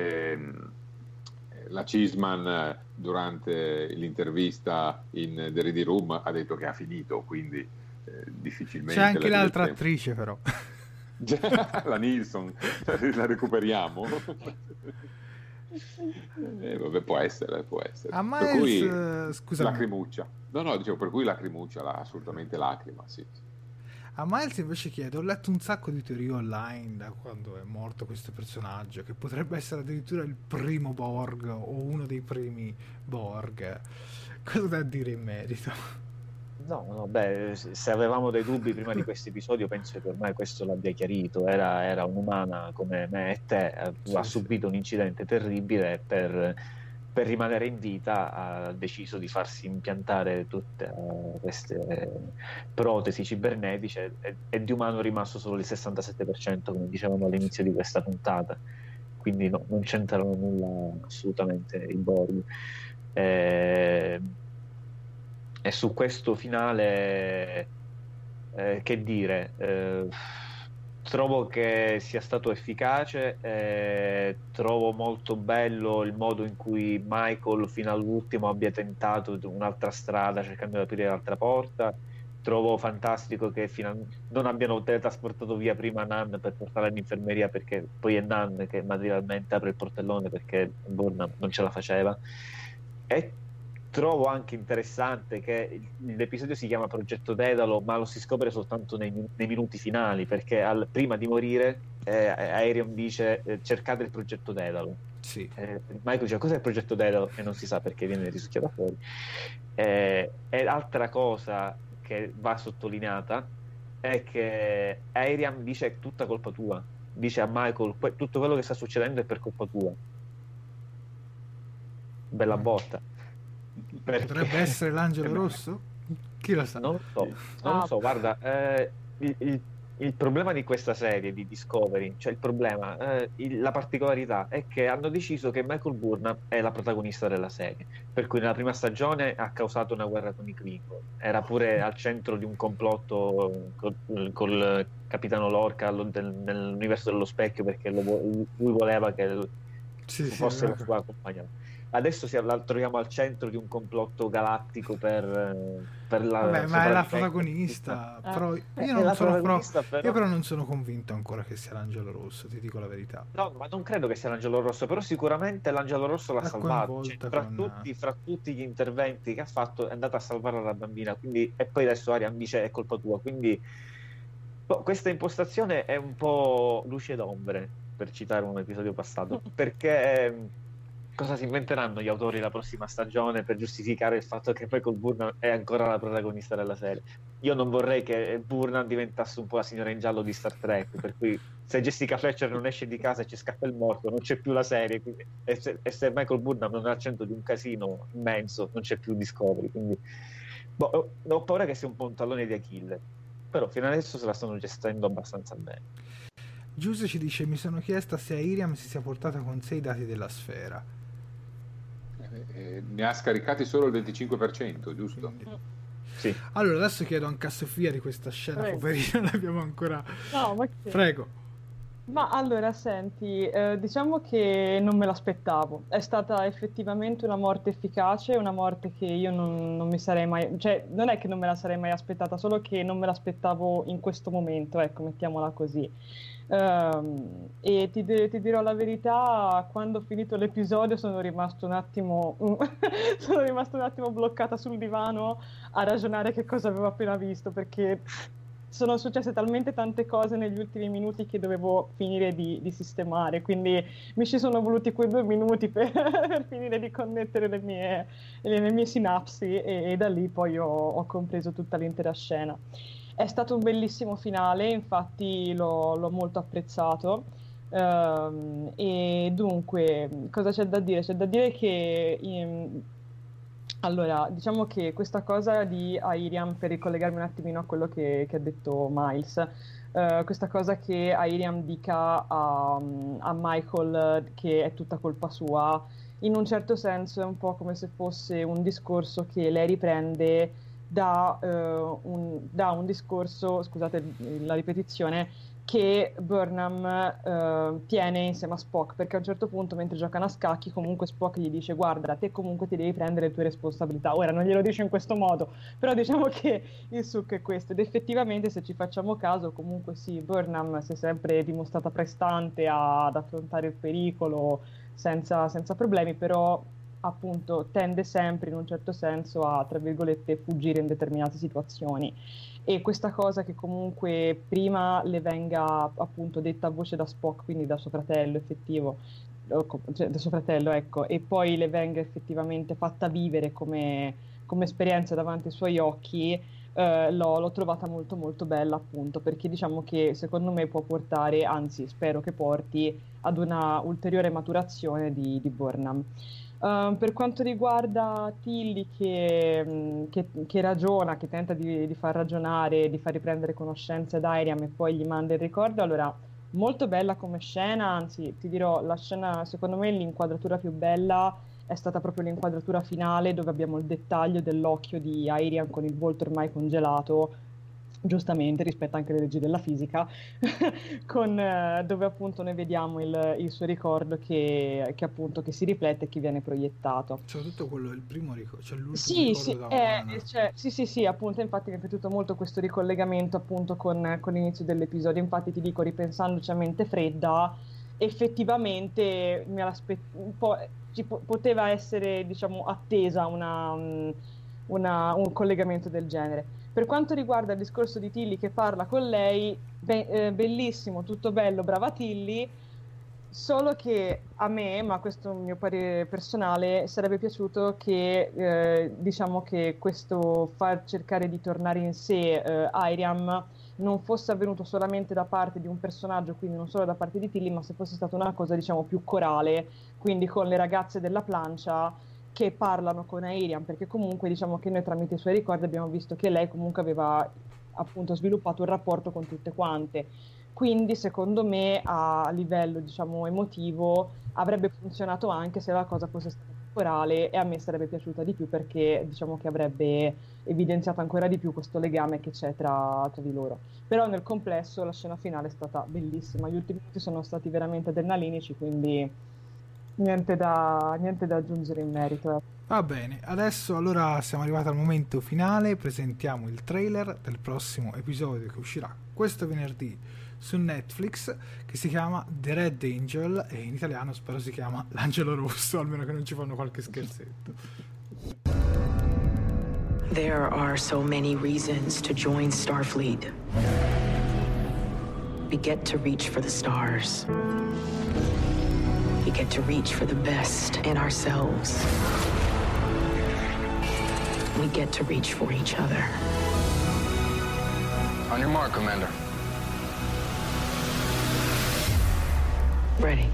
Speaker 4: la Cheeseman durante l'intervista in The Ready Room ha detto che ha finito, quindi difficilmente.
Speaker 5: C'è anche l'altra attrice però.
Speaker 4: La Nilsson, la recuperiamo. Vabbè, può essere.
Speaker 5: A Miles,
Speaker 4: per cui
Speaker 5: scusami.
Speaker 4: lacrimuccia. No, dicevo, per cui lacrimuccia, assolutamente lacrima, sì.
Speaker 5: A Miles invece chiedo, ho letto un sacco di teorie online da quando è morto questo personaggio, che potrebbe essere addirittura il primo Borg o uno dei primi Borg. Cosa da dire in merito?
Speaker 6: No, se avevamo dei dubbi prima di questo episodio, penso che ormai questo l'abbia chiarito. Era un'umana come me e te, ha subito un incidente terribile, per rimanere in vita ha deciso di farsi impiantare tutte queste protesi cibernetiche e di umano è rimasto solo il 67%, come dicevamo all'inizio di questa puntata, quindi no, non c'entrano nulla assolutamente i Borg. E su questo finale che dire, trovo che sia stato efficace, trovo molto bello il modo in cui Michael fino all'ultimo abbia tentato un'altra strada cercando di aprire l'altra porta. Trovo fantastico che non abbiano teletrasportato via prima Nan per portarla all'infermeria, perché poi è Nan che materialmente apre il portellone perché Burnham non ce la faceva. E trovo anche interessante che l'episodio si chiama Progetto Dedalo, ma lo si scopre soltanto nei minuti finali, perché prima di morire Airiam dice cercate il Progetto Dedalo.
Speaker 5: Sì.
Speaker 6: Michael dice cos'è il Progetto Dedalo e non si sa perché viene risucchiato fuori. E l'altra cosa che va sottolineata è che Airiam dice è tutta colpa tua, dice a Michael tutto quello che sta succedendo è per colpa tua. Bella botta.
Speaker 5: Potrebbe essere l'angelo rosso? Chi lo sa?
Speaker 6: Non lo so, guarda, il problema di questa serie di Discovery, cioè il problema, la particolarità è che hanno deciso che Michael Burnham è la protagonista della serie, per cui nella prima stagione ha causato una guerra con i Klingon, era pure al centro di un complotto col capitano Lorca nell'universo dello specchio, perché lui voleva che fosse la sua compagna. adesso la troviamo al centro di un complotto galattico per la
Speaker 5: Vabbè, ma è la protagonista. Però io però non sono convinto ancora che sia l'Angelo Rosso, ti dico la verità.
Speaker 6: No, ma non credo che sia l'Angelo Rosso, però sicuramente l'Angelo Rosso l'ha salvato. Cioè, fra tutti gli interventi che ha fatto è andata a salvare la bambina, quindi, e poi adesso Ariam dice è colpa tua, quindi questa impostazione è un po' luce ed ombre, per citare un episodio passato, perché cosa si inventeranno gli autori la prossima stagione per giustificare il fatto che Michael Burnham è ancora la protagonista della serie? Io non vorrei che Burnham diventasse un po' la signora in giallo di Star Trek, per cui se Jessica Fletcher non esce di casa e ci scappa il morto, non c'è più la serie, quindi, e se Michael Burnham non è al centro di un casino immenso, non c'è più Discovery, quindi ho paura che sia un po' un tallone di Achille, però fino adesso se la stanno gestendo abbastanza bene.
Speaker 5: Giuse ci dice: mi sono chiesta se Iriam si sia portata con sé i dati della sfera.
Speaker 4: Ne ha scaricati solo il 25%, giusto?
Speaker 6: Sì.
Speaker 5: Allora adesso chiedo anche a Sofia di questa scena, poverina, l'abbiamo ancora.
Speaker 7: No, ma
Speaker 5: prego.
Speaker 7: Ma allora, senti, diciamo che non me l'aspettavo. È stata effettivamente una morte efficace, una morte che io non mi sarei mai... Cioè, non è che non me la sarei mai aspettata, solo che non me l'aspettavo in questo momento, ecco, mettiamola così. E ti dirò la verità, quando ho finito l'episodio sono rimasto un attimo bloccata sul divano a ragionare che cosa avevo appena visto, perché sono successe talmente tante cose negli ultimi minuti che dovevo finire di sistemare, quindi mi ci sono voluti quei 2 minuti per finire di connettere le mie sinapsi, e da lì poi ho compreso tutta l'intera scena. È stato un bellissimo finale, infatti l'ho molto apprezzato, e dunque cosa c'è da dire? C'è da dire che allora, diciamo che questa cosa di Airiam, per ricollegarmi un attimino a quello che ha detto Miles, questa cosa che Airiam dica a Michael che è tutta colpa sua, in un certo senso è un po' come se fosse un discorso che lei riprende da un discorso, scusate la ripetizione, che Burnham tiene insieme a Spock, perché a un certo punto mentre giocano a scacchi comunque Spock gli dice: guarda, te comunque ti devi prendere le tue responsabilità. Ora non glielo dice in questo modo, però diciamo che il succo è questo, ed effettivamente se ci facciamo caso comunque sì, Burnham si è sempre dimostrata prestante ad affrontare il pericolo senza problemi, però appunto tende sempre in un certo senso a, tra virgolette, fuggire in determinate situazioni, e questa cosa che comunque prima le venga appunto detta a voce da Spock, quindi da suo fratello effettivo, cioè da suo fratello, ecco, e poi le venga effettivamente fatta vivere come esperienza davanti ai suoi occhi, l'ho trovata molto molto bella, appunto perché diciamo che secondo me può portare, anzi spero che porti ad una ulteriore maturazione di Burnham. Per quanto riguarda Tilly che ragiona, che tenta di far ragionare, di far riprendere conoscenza ad Airiam e poi gli manda il ricordo, allora molto bella come scena, anzi ti dirò, la scena, secondo me l'inquadratura più bella è stata proprio l'inquadratura finale, dove abbiamo il dettaglio dell'occhio di Airiam con il volto ormai congelato, giustamente rispetto anche alle leggi della fisica, dove appunto noi vediamo il suo ricordo che appunto che si riflette e che viene proiettato.
Speaker 5: Soprattutto quello, il primo ricordo, cioè l'ultimo ricordo
Speaker 7: sì, appunto, infatti mi è piaciuto molto questo ricollegamento appunto con l'inizio dell'episodio. Infatti ti dico, ripensandoci a mente fredda, effettivamente poteva essere, diciamo, attesa un collegamento del genere. Per quanto riguarda il discorso di Tilly che parla con lei, bellissimo, tutto bello, brava Tilly, solo che a me, ma questo è un mio parere personale, sarebbe piaciuto che diciamo che questo far cercare di tornare in sé Airiam non fosse avvenuto solamente da parte di un personaggio, quindi non solo da parte di Tilly, ma se fosse stata una cosa, diciamo, più corale, quindi con le ragazze della plancia che parlano con Airiam, perché comunque diciamo che noi tramite i suoi ricordi abbiamo visto che lei comunque aveva appunto sviluppato un rapporto con tutte quante, quindi secondo me a livello, diciamo, emotivo avrebbe funzionato anche se la cosa fosse stata corale, e a me sarebbe piaciuta di più perché diciamo che avrebbe evidenziato ancora di più questo legame che c'è tra di loro. Però nel complesso la scena finale è stata bellissima, gli ultimi minuti sono stati veramente adrenalinici, quindi Niente da aggiungere in merito.
Speaker 5: Va bene, adesso allora siamo arrivati al momento finale, presentiamo il trailer del prossimo episodio che uscirà questo venerdì su Netflix, che si chiama The Red Angel e in italiano spero si chiama L'Angelo Rosso, almeno che non ci fanno qualche scherzetto.
Speaker 14: There are so many reasons to join Starfleet. We get to reach for the stars. We get to reach for the best in ourselves. We get to reach for each other.
Speaker 15: On your mark, Commander.
Speaker 14: Ready.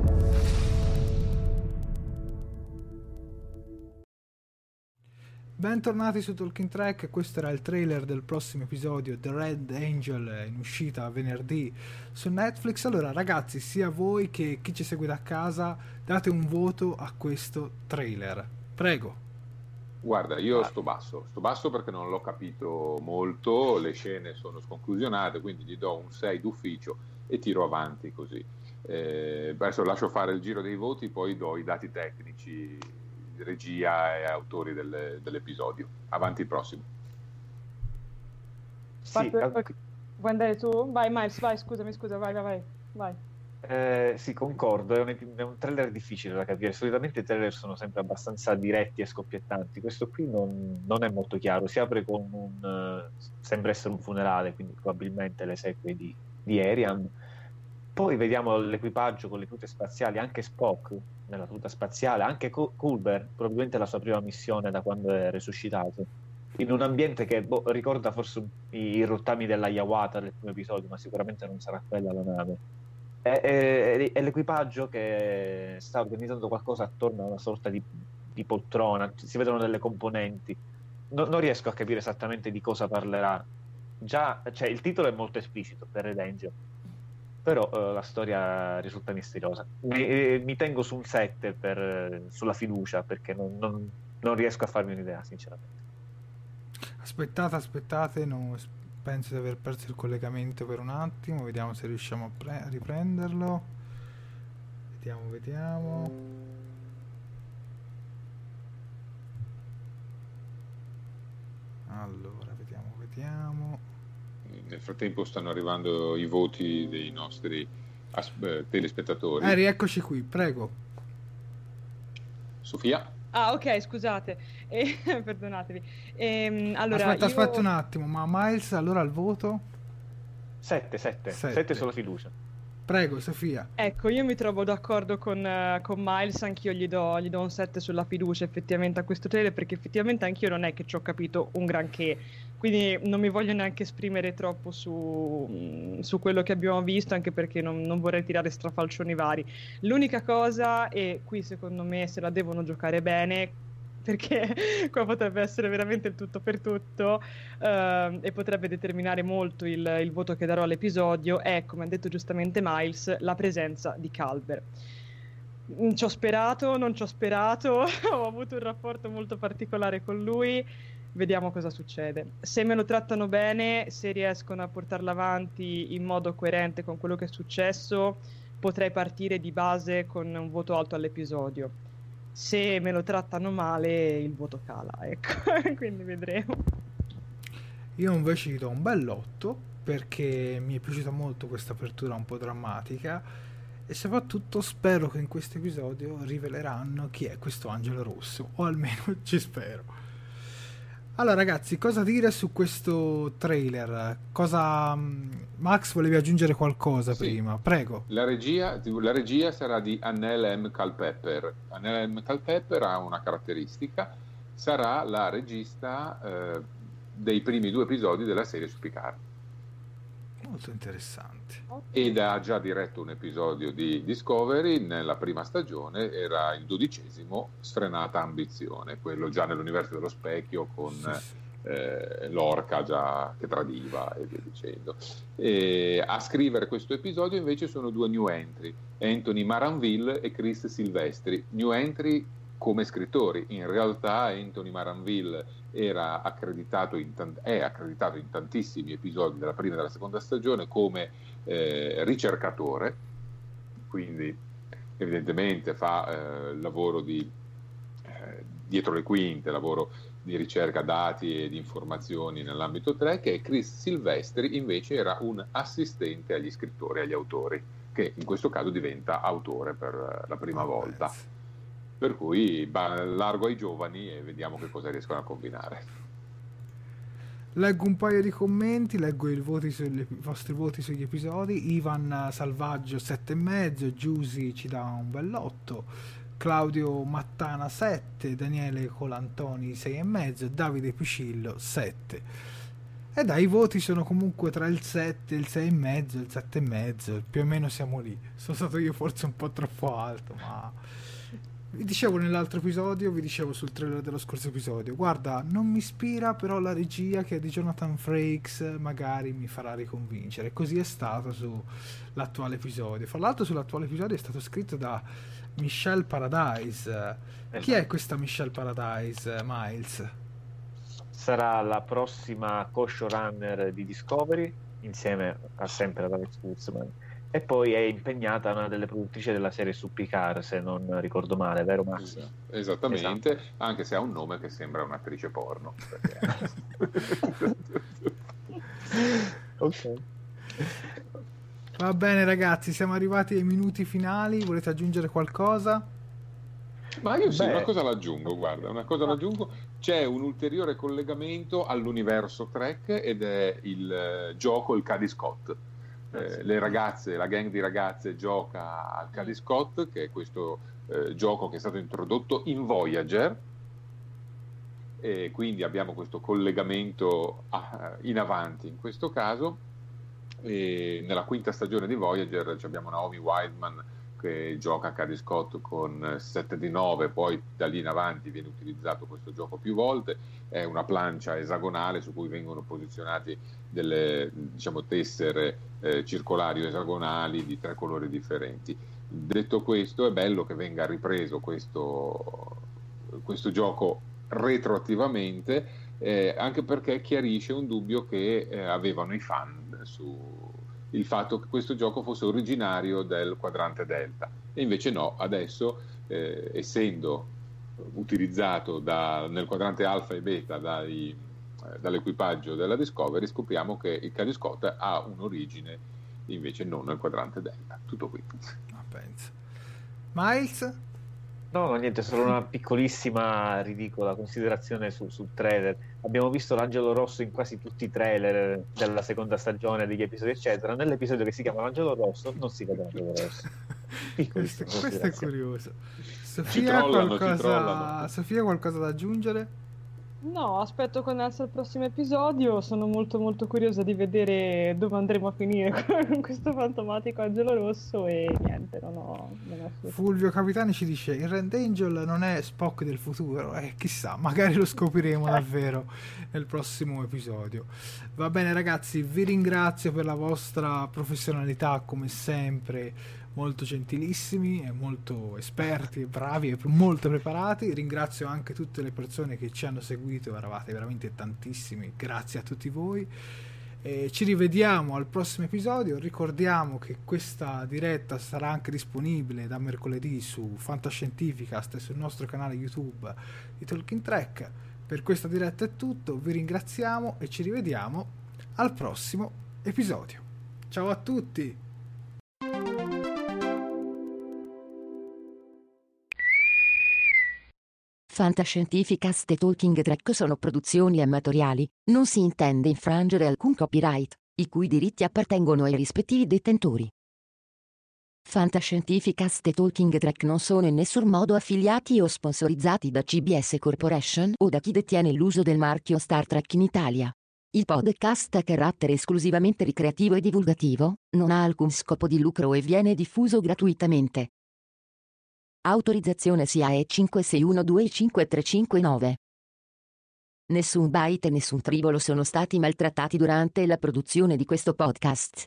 Speaker 5: Bentornati su Talking Track, questo era il trailer del prossimo episodio The Red Angel, in uscita venerdì su Netflix. Allora ragazzi, sia voi che chi ci segue da casa, date un voto a questo trailer, prego.
Speaker 4: Guarda, io sto basso perché non l'ho capito molto, le scene sono sconclusionate, quindi gli do un 6 d'ufficio e tiro avanti così. Adesso lascio fare il giro dei voti, poi do i dati tecnici, regia e autori dell'episodio. Avanti il prossimo.
Speaker 7: Sì, vuoi andare tu? Vai Miles, vai, scusa, vai.
Speaker 6: Sì, concordo, è un trailer difficile da capire. Solitamente i trailer sono sempre abbastanza diretti e scoppiettanti. Questo qui non è molto chiaro. Si apre con sembra essere un funerale, quindi probabilmente le esequie di Arian. Poi vediamo l'equipaggio con le tute spaziali, anche Spock nella tuta spaziale, anche Culber, probabilmente la sua prima missione da quando è resuscitato, in un ambiente che ricorda forse i rottami della Yawata del primo episodio, ma sicuramente non sarà quella la nave. È l'equipaggio che sta organizzando qualcosa attorno a una sorta di poltrona, si vedono delle componenti. Non riesco a capire esattamente di cosa parlerà. Già, cioè, il titolo è molto esplicito per Red Angel, però la storia risulta misteriosa. Mi tengo su un 7 sulla fiducia, perché non riesco a farmi un'idea, sinceramente.
Speaker 5: Aspettate, penso di aver perso il collegamento per un attimo, vediamo se riusciamo a riprenderlo. Vediamo. Allora, vediamo.
Speaker 4: Nel frattempo stanno arrivando i voti dei nostri telespettatori.
Speaker 5: Rieccoci qui, prego.
Speaker 4: Sofia?
Speaker 7: Ah, ok, scusate, perdonatevi. Allora,
Speaker 5: aspetta un attimo, ma Miles, allora il voto?
Speaker 6: 7 sulla fiducia.
Speaker 5: Prego, Sofia.
Speaker 7: Ecco, io mi trovo d'accordo con Miles, anch'io gli do un 7 sulla fiducia effettivamente a questo trailer, perché effettivamente anch'io non è che ci ho capito un granché, quindi non mi voglio neanche esprimere troppo su quello che abbiamo visto, anche perché non vorrei tirare strafalcioni vari. L'unica cosa, e qui secondo me se la devono giocare bene, perché qua potrebbe essere veramente il tutto per tutto, e potrebbe determinare molto il voto che darò all'episodio, è, come ha detto giustamente Miles, la presenza di Culber. Ci ho sperato, non ci ho sperato, ho avuto un rapporto molto particolare con lui, vediamo cosa succede. Se me lo trattano bene, se riescono a portarlo avanti in modo coerente con quello che è successo, potrei partire di base con un voto alto all'episodio. Se me lo trattano male, il voto cala, ecco. Quindi vedremo.
Speaker 5: Io invece gli do un bel 8, perché mi è piaciuta molto questa apertura un po' drammatica, e soprattutto spero che in questo episodio riveleranno chi è questo Angelo Rosso, o almeno ci spero. Allora ragazzi, cosa dire su questo trailer? Max, volevi aggiungere qualcosa prima? Prego.
Speaker 4: La regia sarà di Annelle M. Culpepper. Annelle M. Culpepper ha una caratteristica: sarà la regista dei primi 2 episodi della serie su Picard.
Speaker 5: Molto interessante.
Speaker 4: Ed ha già diretto un episodio di Discovery nella prima stagione, era il 12°, Sfrenata ambizione, quello già nell'universo dello specchio con l'orca già che tradiva e via dicendo. E a scrivere questo episodio invece sono 2 new entry, Anthony Maranville e Chris Silvestri. New entry come scrittori. In realtà Anthony Maranville è accreditato in tantissimi episodi della prima e della seconda stagione come ricercatore, quindi evidentemente fa lavoro di dietro le quinte, lavoro di ricerca dati e di informazioni nell'ambito Trek, e Chris Silvestri invece era un assistente agli scrittori, agli autori, che in questo caso diventa autore per la prima volta. Per cui largo ai giovani e vediamo che cosa riescono a combinare.
Speaker 5: Leggo un paio di commenti, leggo i vostri voti sugli episodi. Ivan Salvaggio 7,5, Giusy ci dà un bell'8, Claudio Mattana 7, Daniele Colantoni 6,5, Davide Picillo 7. E dai, i voti sono comunque tra il 7, il 6,5, il 7,5, più o meno siamo lì. Sono stato io forse un po' troppo alto, ma vi dicevo nell'altro episodio, vi dicevo sul trailer dello scorso episodio, guarda, non mi ispira, però la regia che è di Jonathan Frakes magari mi farà riconvincere. Così è stato sull'attuale episodio. Fra l'altro sull'attuale episodio è stato scritto da Michelle Paradise. Chi è questa Michelle Paradise, Miles?
Speaker 6: Sarà la prossima co-showrunner di Discovery, insieme a sempre ad Alex Kurtzman. E poi è impegnata una delle produttrici della serie su Picard, se non ricordo male, vero Max?
Speaker 4: Esattamente,
Speaker 6: esatto.
Speaker 4: Anche se ha un nome che sembra un'attrice porno.
Speaker 6: Ok.
Speaker 5: Va bene ragazzi, siamo arrivati ai minuti finali, volete aggiungere qualcosa?
Speaker 4: Ma io sì, una cosa l'aggiungo, l'aggiungo. C'è un ulteriore collegamento all'universo Trek ed è il gioco, il Cady Scott. Le ragazze, la gang di ragazze gioca al Cady Scott, che è questo gioco che è stato introdotto in Voyager, e quindi abbiamo questo collegamento in avanti in questo caso. E nella quinta stagione di Voyager abbiamo Naomi Wildman che gioca a Cady Scott con 7 di 9, poi da lì in avanti viene utilizzato questo gioco più volte. È una plancia esagonale su cui vengono posizionati delle, diciamo, tessere circolari o esagonali di 3 colori differenti. Detto questo, è bello che venga ripreso questo gioco retroattivamente, anche perché chiarisce un dubbio che avevano i fan su il fatto che questo gioco fosse originario del quadrante Delta, e invece no, adesso essendo utilizzato nel quadrante Alfa e Beta dall'equipaggio della Discovery, scopriamo che il Cady Scott ha un'origine invece non nel quadrante Delta. Tutto qui.
Speaker 5: No, penso. Miles?
Speaker 6: No, niente, solo una piccolissima, ridicola considerazione sul trailer. Abbiamo visto l'angelo rosso in quasi tutti i trailer della seconda stagione, degli episodi eccetera. Nell'episodio che si chiama l'angelo rosso non si vede l'angelo rosso.
Speaker 5: Questo è curioso.
Speaker 4: Sofia,
Speaker 5: qualcosa da aggiungere?
Speaker 7: No, aspetto con ansia il prossimo episodio, sono molto molto curiosa di vedere dove andremo a finire con questo fantomatico angelo rosso e niente, non ho
Speaker 5: Fulvio Capitani ci dice il Red Angel non è Spock del futuro, chissà, magari lo scopriremo davvero nel prossimo episodio. Va bene ragazzi, vi ringrazio per la vostra professionalità come sempre, molto gentilissimi e molto esperti, bravi e molto preparati. Ringrazio anche tutte le persone che ci hanno seguito, eravate veramente tantissimi, grazie a tutti voi. Ci rivediamo al prossimo episodio. Ricordiamo che questa diretta sarà anche disponibile da mercoledì su Fantascientificast e sul nostro canale YouTube di Talking Trek. Per questa diretta è tutto, vi ringraziamo e ci rivediamo al prossimo episodio. Ciao a tutti!
Speaker 3: Fantascientificast e Talking Trek sono produzioni amatoriali, non si intende infrangere alcun copyright, i cui diritti appartengono ai rispettivi detentori. Fantascientificast e Talking Trek non sono in nessun modo affiliati o sponsorizzati da CBS Corporation o da chi detiene l'uso del marchio Star Trek in Italia. Il podcast ha carattere esclusivamente ricreativo e divulgativo, non ha alcun scopo di lucro e viene diffuso gratuitamente. Autorizzazione SIAE 56125359. Nessun byte e nessun tribolo sono stati maltrattati durante la produzione di questo podcast.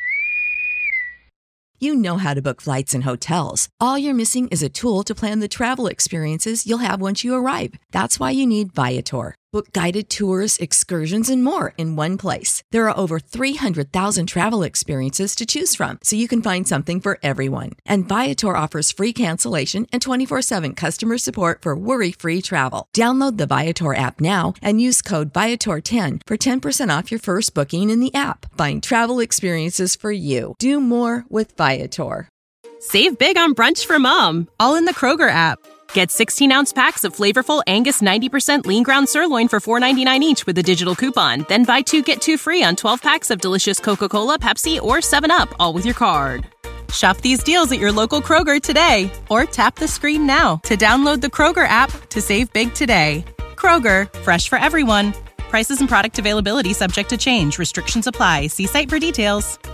Speaker 1: You know how to book flights and hotels. All you're missing is a tool to plan the travel experiences you'll have once you arrive. That's why you need Viator. Book guided tours, excursions, and more in one place. There are over 300,000 travel experiences to choose from, so you can find something for everyone. And Viator offers free cancellation and 24/7 customer support for worry-free travel. Download the Viator app now and use code Viator10 for 10% off your first booking in the app. Find travel experiences for you. Do more with Viator.
Speaker 2: Save big on brunch for mom, all in the Kroger app. Get 16-ounce packs of flavorful Angus 90% lean ground sirloin for $4.99 each with a digital coupon. Then buy 2, get 2 free on 12 packs of delicious Coca-Cola, Pepsi, or 7-Up, all with your card. Shop these deals at your local Kroger today, or tap the screen now to download the Kroger app to save big today. Kroger, fresh for everyone. Prices and product availability subject to change. Restrictions apply. See site for details.